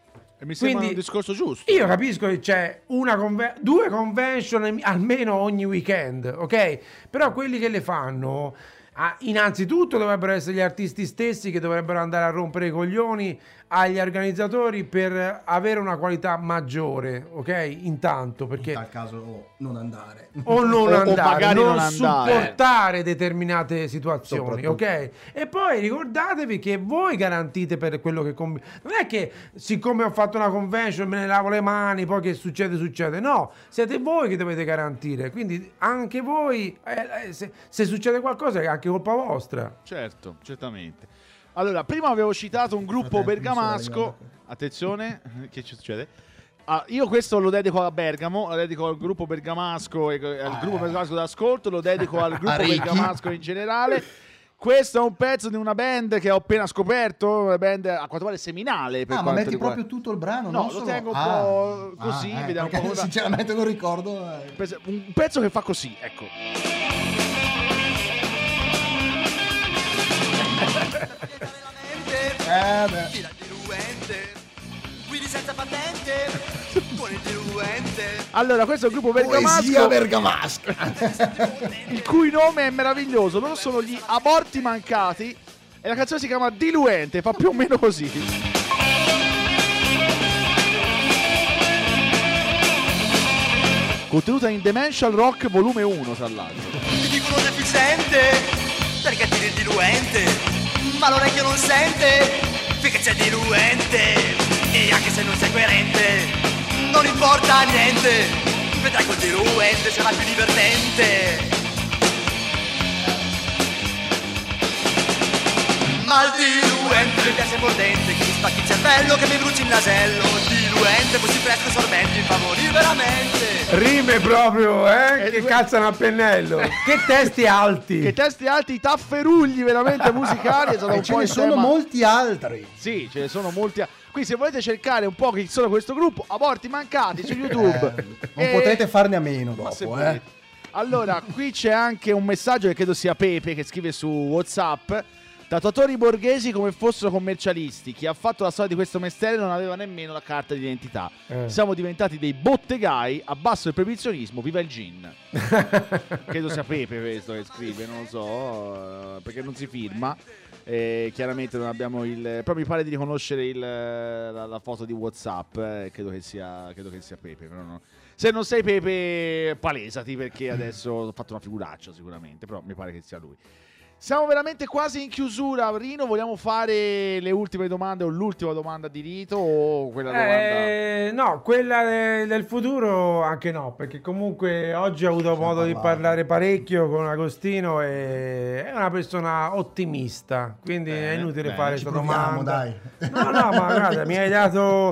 E mi sembra Quindi un discorso giusto. Io capisco che c'è una conve- due convention em- almeno ogni weekend, ok? Però quelli che le fanno, ah, innanzitutto dovrebbero essere gli artisti stessi che dovrebbero andare a rompere i coglioni agli organizzatori per avere una qualità maggiore, ok? Intanto, In perché tal caso non andare. o non O- o andare, magari non, non andare. supportare determinate situazioni, Soprattutto. ok? E poi ricordatevi che voi garantite per quello che combi- non è che siccome ho fatto una convention me ne lavo le mani, poi che succede succede, no, siete voi che dovete garantire, quindi anche voi eh, eh, se, se succede qualcosa è anche colpa vostra. Certo, certamente. Allora, prima avevo citato un gruppo Fratello, bergamasco. mi sto Attenzione, che ci succede? Ah, io questo lo dedico a Bergamo, lo dedico al gruppo bergamasco e al gruppo bergamasco d'ascolto, lo dedico al gruppo Ricky. bergamasco in generale. Questo è un pezzo di una band che ho appena scoperto, una band a quanto pare seminale. Per Ah, ma quanto metti riguarda- proprio tutto il brano? No, non lo solo- tengo un Ah. po' così, Ah, eh, vediamo un perché po' come va. sinceramente non ricordo. eh. Un pezzo che fa così, ecco. Eh, beh. Fila diluente, guidi senza patente, con il diluente. Allora, questo è il gruppo Poesia bergamasco, bergamasca. il cui nome è meraviglioso. Loro sono gli Aborti Mancati e la canzone si chiama Diluente, fa più o meno così. Contenuta in Dimensional Rock volume uno, tra l'altro. Ti dicono deficiente, perché tiri il diluente, ma l'orecchio non sente, finché c'è diluente. E anche se non sei coerente, non importa niente, vedrai col diluente sarà più divertente. Ma il diluente mi piace mordente, che mi spacchi il cervello, che mi bruci il nasello. Diluente, così fresco sorbente, mi favori veramente. Rime proprio, eh? Eh, Che due- calzano a pennello. Che testi alti. Che testi alti, tafferugli veramente musicali. È stato E un ce po' ne il sono tema- molti altri. Sì, ce ne sono molti. a- Qui se volete cercare un po' chi sono questo gruppo, Aborti Mancati su YouTube. Eh, non E- potrete farne a meno Ma se dopo, eh. volete. Allora, qui c'è anche un messaggio che credo sia Pepe che scrive su WhatsApp. Tatuatori borghesi come fossero commercialisti. Chi ha fatto la storia di questo mestiere non aveva nemmeno la carta d'identità. Eh. Siamo diventati dei bottegai, abbasso il proibizionismo, viva il gin. Credo sia Pepe questo che scrive, non lo so, eh, perché non si firma. Eh, chiaramente non abbiamo il. Però mi pare di riconoscere il, la, la foto di WhatsApp. eh, credo, che sia, credo che sia Pepe. Però no. Se non sei Pepe, palesati perché adesso ho fatto una figuraccia sicuramente. Però mi pare che sia lui. Siamo veramente quasi in chiusura. Rino, vogliamo fare le ultime domande o l'ultima domanda di Rito o quella domanda? Eh, no, quella de- del futuro anche no, perché comunque oggi ho avuto modo di parlato. parlare parecchio con Agostino e è una persona ottimista, quindi è inutile bene, fare Ci questa proviamo, domanda. dai. No, no, ma guarda, mi hai dato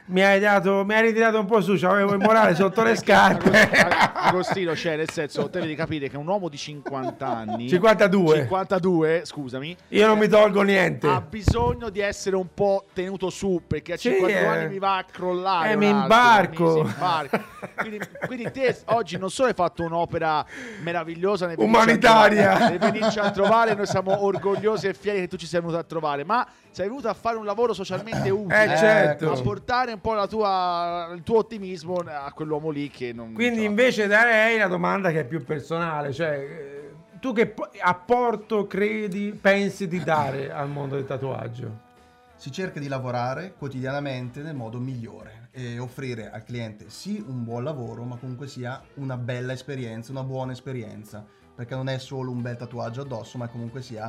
mi hai dato, mi hai ritirato un po' su, c'avevo il morale sotto le scarpe. Agostino, cioè, nel senso, te devi capire che un uomo di cinquanta anni, cinquantadue. cinquantadue, scusami, Io non mi tolgo niente. ha bisogno di essere un po' tenuto su, perché a Sì, cinquantadue eh. anni mi va a crollare. Eh, un mi attimo, imbarco. mi si imbarca. quindi, quindi te oggi non solo hai fatto un'opera meravigliosa nel Umanitaria. nel venirci a trovare, noi siamo orgogliosi e fieri che tu ci sei venuto a trovare, ma sei venuto a fare un lavoro socialmente utile, Eh, certo. a portare un po' la tua, il tuo ottimismo a quell'uomo lì che non... Quindi cioè, invece darei la domanda che è più personale, cioè eh, tu che po- apporto credi, pensi di dare al mondo del tatuaggio? Si cerca di lavorare quotidianamente nel modo migliore e offrire al cliente sì un buon lavoro, ma comunque sia una bella esperienza, una buona esperienza, perché non è solo un bel tatuaggio addosso, ma comunque sia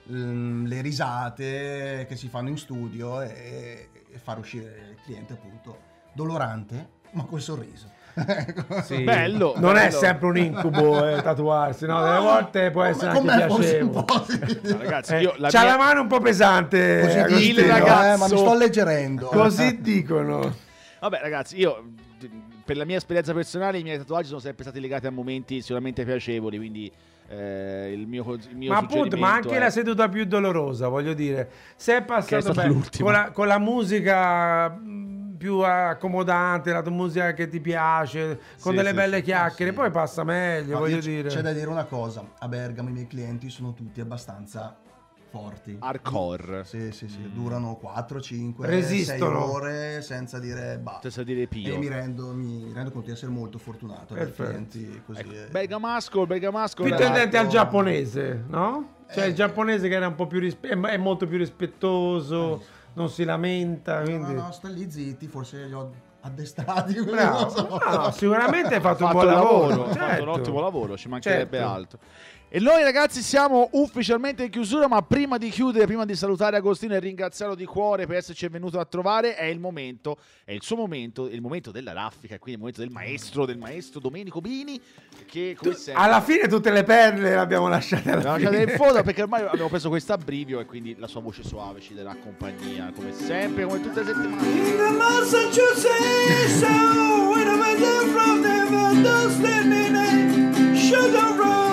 mm, le risate che si fanno in studio e, e far uscire il cliente appunto dolorante, ma col sorriso. Ecco. Sì. Bello, Non bello. è sempre un incubo eh, tatuarsi, no? Delle volte può essere Con anche me forse un piacevole. po', sì. No, ragazzi, Eh, io la c'ha mia- la mano un po' pesante, Così Agostino. dicono, ragazzo- eh, ma mi sto alleggerendo. Così dicono. Vabbè, ragazzi, io d- per la mia esperienza personale i miei tatuaggi sono sempre stati legati a momenti sicuramente piacevoli, quindi eh, il mio, il mio Ma appunto, ma suggerimento anche è- la seduta più dolorosa, voglio dire, se è Che è passato stata bene, l'ultima. con la, con la musica mh, più accomodante, la tua musica che ti piace, con Sì, delle sì, belle sì. chiacchiere, Sì. poi passa meglio, No, voglio io c- dire. C'è da dire una cosa, a Bergamo i miei clienti sono tutti abbastanza forti. hardcore, Sì, sì, sì, durano quattro, cinque, Resistono. sei ore senza dire basta. senza dire pio. E mi rendo, mi rendo conto di essere molto fortunato ad avere Perfetto. clienti così. Ecco, eh. Bergamasco, Bergamasco Più ragazzi, tendente al no. giapponese, no? Cioè Eh. il giapponese che era un po' più rispe- è è molto più rispettoso, non si lamenta, No, quindi... no, sta lì zitti, forse li ho addestrati. Bravo. non so. No, no, sicuramente hai fatto, ha un fatto buon un lavoro, lavoro, ha fatto un certo. ottimo lavoro, ci mancherebbe Certo. altro. E noi ragazzi siamo ufficialmente in chiusura, ma prima di chiudere, prima di salutare Agostino e ringraziarlo di cuore per esserci venuto a trovare, è il momento, è il suo momento, il momento della raffica, quindi il momento del maestro, del maestro Domenico Bini, che come sempre... Alla fine tutte le perle le abbiamo lasciate alla L'abbiamo fine. lasciata in fondo perché ormai abbiamo preso questo abbrivio e quindi la sua voce suave ci darà compagnia, come sempre, come tutte le settimane. In the Massachusetts, so when I went there from there, those standing in Sugar Road.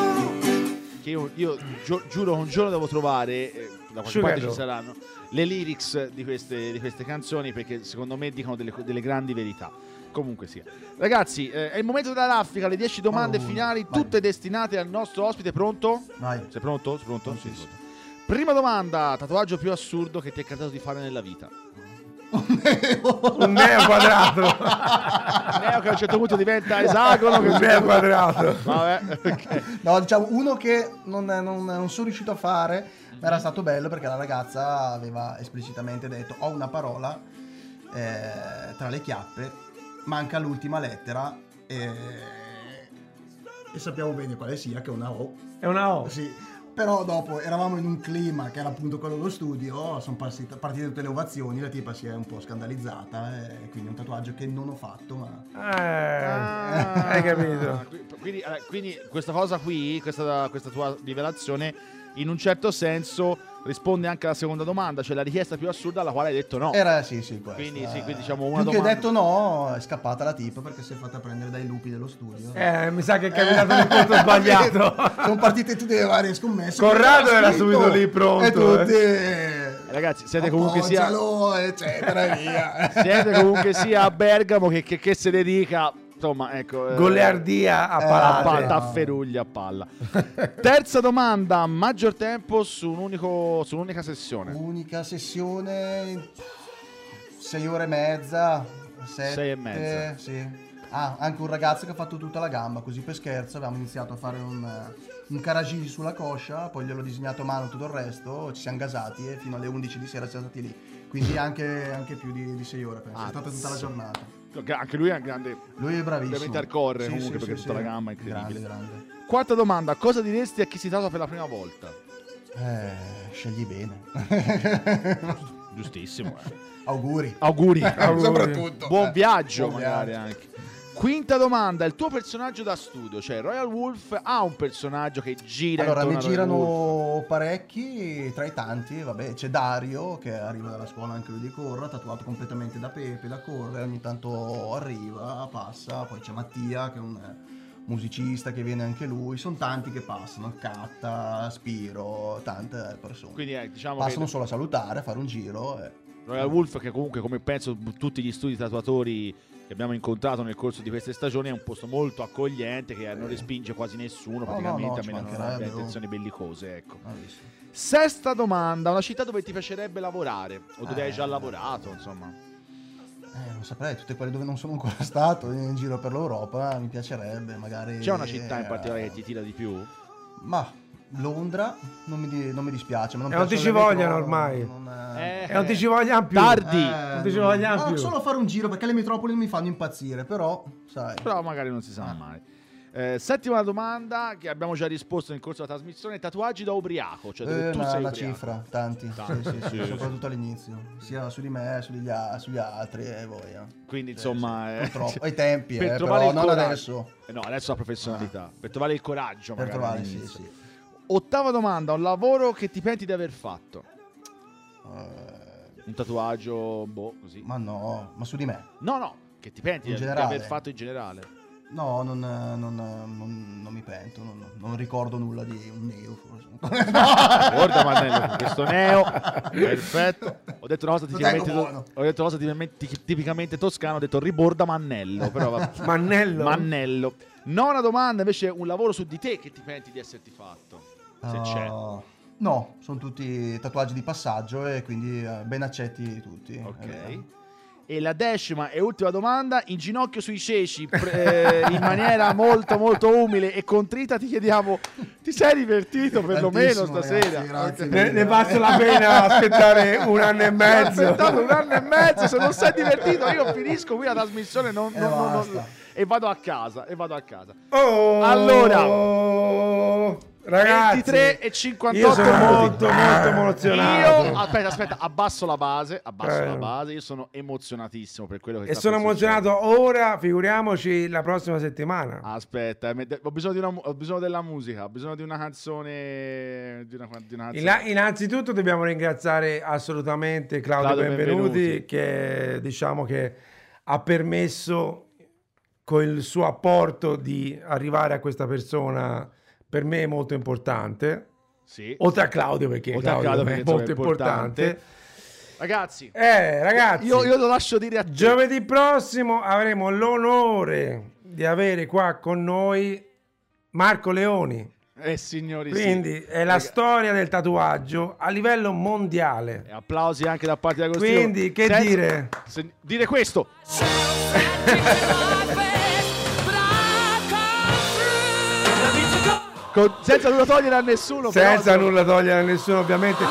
Che io, io gio- giuro che un giorno devo trovare, eh, da qualche Sugar parte ci Road. saranno, le lyrics di queste, di queste canzoni perché secondo me dicono delle, delle grandi verità. Comunque sia. Ragazzi, eh, è il momento della raffica, le dieci domande Oh, finali, vai. tutte destinate al nostro ospite. Pronto? Vai. Sei pronto? Sei pronto? Sì, Sì, sì. pronto. Prima domanda, tatuaggio più assurdo che ti è capitato di fare nella vita? Un neo quadrato. Neo che a un certo punto diventa esagono. che a Un un certo neo punto- quadrato. Vabbè, ok. No, diciamo uno che non, non- non sono riuscito a fare, ma era stato bello perché la ragazza aveva esplicitamente detto ho una parola eh, tra le chiappe, manca l'ultima lettera e, e sappiamo bene quale sia, che è una O. È una O. Sì. Però dopo eravamo in un clima che era appunto quello dello studio, sono partite, partite tutte le ovazioni, la tipa si è un po' scandalizzata e quindi è un tatuaggio che non ho fatto, ma... Eh, Ah, hai capito. Quindi, allora, quindi questa cosa qui, questa, questa tua rivelazione, in un certo senso risponde anche alla seconda domanda, cioè la richiesta più assurda alla quale hai detto no. Era sì, sì, questa. Quindi, sì, quindi diciamo una Più che domanda- detto no, è scappata la tipa perché si è fatta prendere dai lupi dello studio. Eh, mi sa che è capitato nel punto sbagliato. Sono partite tutte le varie scommesse. Corrado Era era scritto, subito lì pronto, E tutti... Eh, Ragazzi, siete comunque sia appoggialo, eccetera, e via. siete comunque sia a Bergamo che, che, che se ne dica, insomma, ecco, eh, Goliardia a Eh, a palate. palla, no. tafferuglia a palla. Terza domanda, maggior tempo su, un unico, su un'unica sessione. Unica sessione, sei ore e mezza, sette, Sei e mezza. Sì. Ah, anche un ragazzo che ha fatto tutta la gamba, così per scherzo avevamo iniziato a fare un, un caragiri sulla coscia, poi gliel'ho disegnato a mano tutto il resto, ci siamo gasati e fino alle undici di sera siamo stati lì. Quindi anche, anche più di, di sei ore, penso. Ah, È stata tutta la sì. giornata. Anche lui è un grande. Lui è bravissimo. Veramente hardcore, comunque, perché tutta la sì. gamba è incredibile. Grande, grande. Quarta domanda, cosa diresti a chi si tatua per la prima volta? Eh, scegli bene. Giustissimo. eh. Auguri. Auguri. Auguri. Soprattutto. Buon Eh, viaggio buon magari viaggio. anche. Quinta domanda, il tuo personaggio da studio, cioè Royal Wolf ha un personaggio che gira Allora, ne intorno a Royal Wolf? girano parecchi, tra i tanti, vabbè, c'è Dario che arriva dalla scuola anche lui di Corra, tatuato completamente da Pepe, da Corra, ogni tanto arriva, passa, poi c'è Mattia che è un musicista che viene anche lui, sono tanti che passano, Catta, Spiro, tante persone. Quindi eh, diciamo Passano che solo a salutare, a fare un giro. E... Royal Wolf, che comunque come penso tutti gli studi tatuatori che abbiamo incontrato nel corso di queste stagioni, è un posto molto accogliente che non respinge quasi nessuno, No, praticamente, no, no, a ci meno che non mancherebbe, abbia oh. intenzioni bellicose, ecco. Ah, visto. Sesta domanda, una città dove ti piacerebbe lavorare o dove Eh. hai già lavorato, insomma. Eh, non saprei, tutte quelle dove non sono ancora stato, in giro per l'Europa, mi piacerebbe, magari... C'è una città in eh, particolare che ti tira di più? Ma Londra non mi, di- non mi dispiace. Ma non E non ti piacciono ci le vogliono metropoli, ormai. non, eh, Eh, E non ti ci vogliamo più. Tardi. eh, non ti ci non- vogliamo ah, più. solo fare un giro perché le metropoli non mi fanno impazzire, però, sai. Però magari non si sa mai. Eh, settima domanda che abbiamo già risposto nel corso della trasmissione: tatuaggi da ubriaco, cioè dove Eh, tu una, sei una ubriaco. cifra, tanti, Tanti, sì, sì, sì, sì, soprattutto all'inizio, sia su di me, sugli, a- sugli altri e voi. eh. Quindi Sì, insomma, sì, eh, purtroppo, ai tempi, per eh, trovare però il non coraggio- adesso. Eh no, adesso la professionalità, per trovare il coraggio Per magari trovare, sì, all'inizio. sì. Ottava domanda, un lavoro che ti penti di aver fatto? Eh, Un tatuaggio, boh, così. ma no, ma su di me. No, no, che ti penti In di, di generale? aver fatto in generale. No, non, non- non- non mi pento, non, non ricordo nulla di un neo forse. Guarda Mannello, con questo neo, perfetto. Ho detto una cosa Lo tipicamente, tengo buono. ho detto una cosa tipicamente, tipicamente toscana, ho detto riborda Mannello, però vabbè. Mannello. Mannello. Nona domanda, invece, un lavoro su di te che ti penti di esserti fatto, se c'è. Ah, no, sono tutti tatuaggi di passaggio e quindi eh, ben accetti tutti. Ok. è vero. E la decima e ultima domanda, in ginocchio sui ceci, pre- eh, in maniera molto molto umile e contrita, ti chiediamo, ti sei divertito perlomeno Tantissimo, stasera? ragazzi, grazie Ok. Ne, ne vale la pena aspettare un anno e Ho mezzo. aspettato un anno e mezzo, se non sei divertito io finisco qui la trasmissione non- E non- non- non- basta. e vado a casa, e vado a casa. Oh, Allora. ragazzi, ventitré e cinquantotto io sono minuti. molto molto emozionato. Io, aspetta, aspetta, abbasso la base, abbasso Eh. la base, io sono emozionatissimo per quello che E sta sono per succedere. emozionato ora, figuriamoci la prossima settimana. Aspetta, eh, mette- ho bisogno, di una, mu- ho bisogno della musica, ho bisogno di una canzone. Di una, di una canzone. Inna- innanzitutto dobbiamo ringraziare assolutamente Claudio, Claudio Benvenuti, Benvenuti. che diciamo che ha permesso con il suo apporto di arrivare a questa persona per me molto importante, Sì. oltre a Claudio perché Oltre a Claudio Claudio, è perché, molto insomma, è importante. importante. Ragazzi, Eh ragazzi, io, io lo lascio dire a te. giovedì prossimo avremo l'onore di avere qua con noi Marco Leoni. Eh signori, sì. Quindi è la Raga- storia del tatuaggio a livello mondiale. E applausi anche da parte di Agostino. Quindi, che Senza- dire? se- dire questo. Con- senza nulla togliere a nessuno. però, Senza insomma, nulla togliere a nessuno, ovviamente.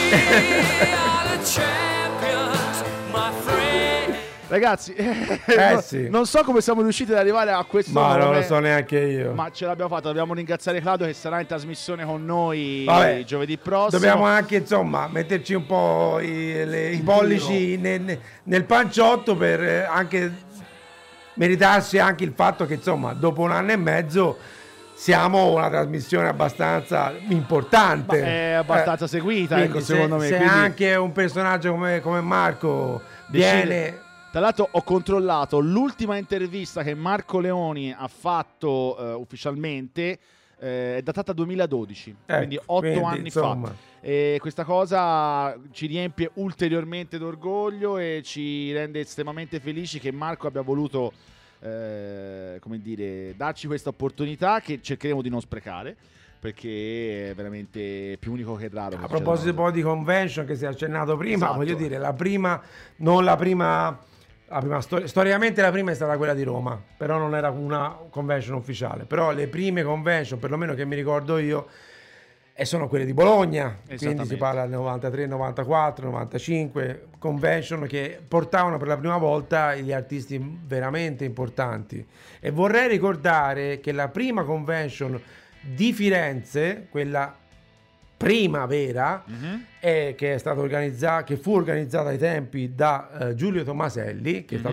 Ragazzi, Eh, no- sì. non so come siamo riusciti ad arrivare a questo Ma non nome, lo so neanche io. ma ce l'abbiamo fatta. Dobbiamo ringraziare Claudio che sarà in trasmissione con noi Vabbè, giovedì prossimo. Dobbiamo anche, insomma, metterci un po' i, le- i pollici nel, nel panciotto per eh, anche meritarsi anche il fatto che, insomma, dopo un anno e mezzo siamo una trasmissione abbastanza importante. Ma è abbastanza seguita, Quindi ecco, secondo se, me. Se quindi anche un personaggio come, come Marco decide- viene... Tra l'altro ho controllato l'ultima intervista che Marco Leoni ha fatto eh, ufficialmente eh, è datata duemiladodici, Ecco, quindi otto quindi, anni insomma. fa. E questa cosa ci riempie ulteriormente d'orgoglio e ci rende estremamente felici che Marco abbia voluto eh, come dire, darci questa opportunità che cercheremo di non sprecare, perché è veramente più unico che raro. A che proposito succeda una poi di convention che si è accennato prima, Esatto. voglio dire, la prima, non la prima, la prima stor- storicamente la prima è stata quella di Roma, però non era una convention ufficiale, però le prime convention, perlomeno che mi ricordo io, e sono quelle di Bologna, quindi Esattamente. si parla del novantatré, novantaquattro, novantacinque, convention che portavano per la prima volta gli artisti veramente importanti. E vorrei ricordare che la prima convention di Firenze, quella prima vera, Mhm. è che è stata organizzata, che fu organizzata ai tempi da eh, Giulio Tomaselli, che Mhm. è stato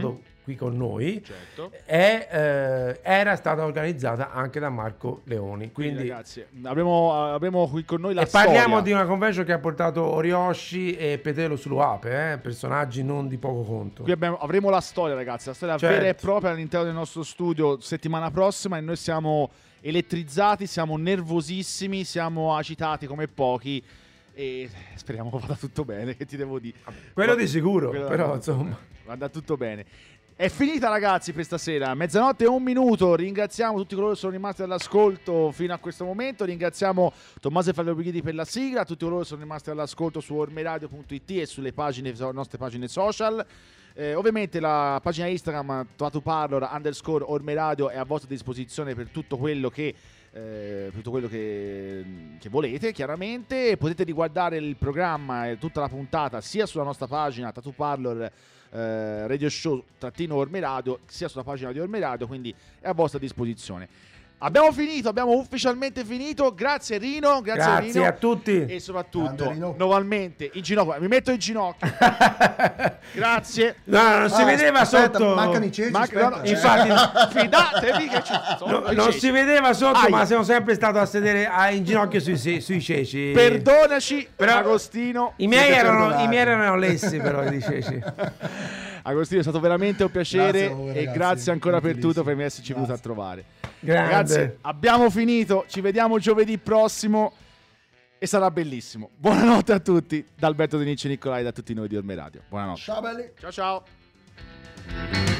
qui con noi, Certo. è, eh, era stata organizzata anche da Marco Leoni. Quindi, Quindi, ragazzi, avremo, avremo qui con noi la e parliamo storia. di una convention che ha portato Orioshi e Petelo Suluape, eh, personaggi non di poco conto. Qui abbiamo- avremo la storia, ragazzi, la storia Certo. vera e propria all'interno del nostro studio settimana prossima, e noi siamo elettrizzati, siamo nervosissimi, siamo agitati come pochi, e speriamo che vada tutto bene, che ti devo dire. Quello di sicuro, Quello- però insomma. Vada tutto bene. È finita, ragazzi, per stasera. Mezzanotte e un minuto. Ringraziamo tutti coloro che sono rimasti all'ascolto fino a questo momento. Ringraziamo Tommaso e Fabio Brighidi per la sigla. Tutti coloro che sono rimasti all'ascolto su ormeradio punto it e sulle pagine, sulle nostre pagine social. Eh, ovviamente la pagina Instagram tatuparlor underscore ormeradio è a vostra disposizione per tutto quello che eh, tutto quello che, che volete, chiaramente. Potete riguardare il programma e tutta la puntata sia sulla nostra pagina tatuparlor eh, radio show trattino ormeradio, sia sulla pagina di Ormeradio, quindi è a vostra disposizione. Abbiamo finito, abbiamo ufficialmente finito. Grazie Rino, grazie, Grazie Rino. a tutti. E soprattutto, Grande Rino. nuovamente, in ginocchio, mi metto in ginocchio. Grazie. No, non si Ah, vedeva aspetta, sotto. mancano i ceci, Manca- aspetta. no, no, Eh. Infatti, fidatevi che ci sono no, i non ceci. si vedeva sotto, Aia. ma siamo sempre stato a sedere a- in ginocchio sui, se- sui ceci. Perdonaci, Però- Agostino. I miei, Siete erano, perdonati. I miei erano lessi, però, i ceci. Agostino, è stato veramente un piacere. Grazie a voi, e ragazzi. grazie ancora per tutto, per Gentilissimi. esserci venuto a trovare. Grande. Ragazzi, abbiamo finito. Ci vediamo giovedì prossimo e sarà bellissimo. Buonanotte a tutti da Alberto De Nicci e Nicolai, da tutti noi di Ormeradio. Buonanotte. Ciao belli. Ciao ciao.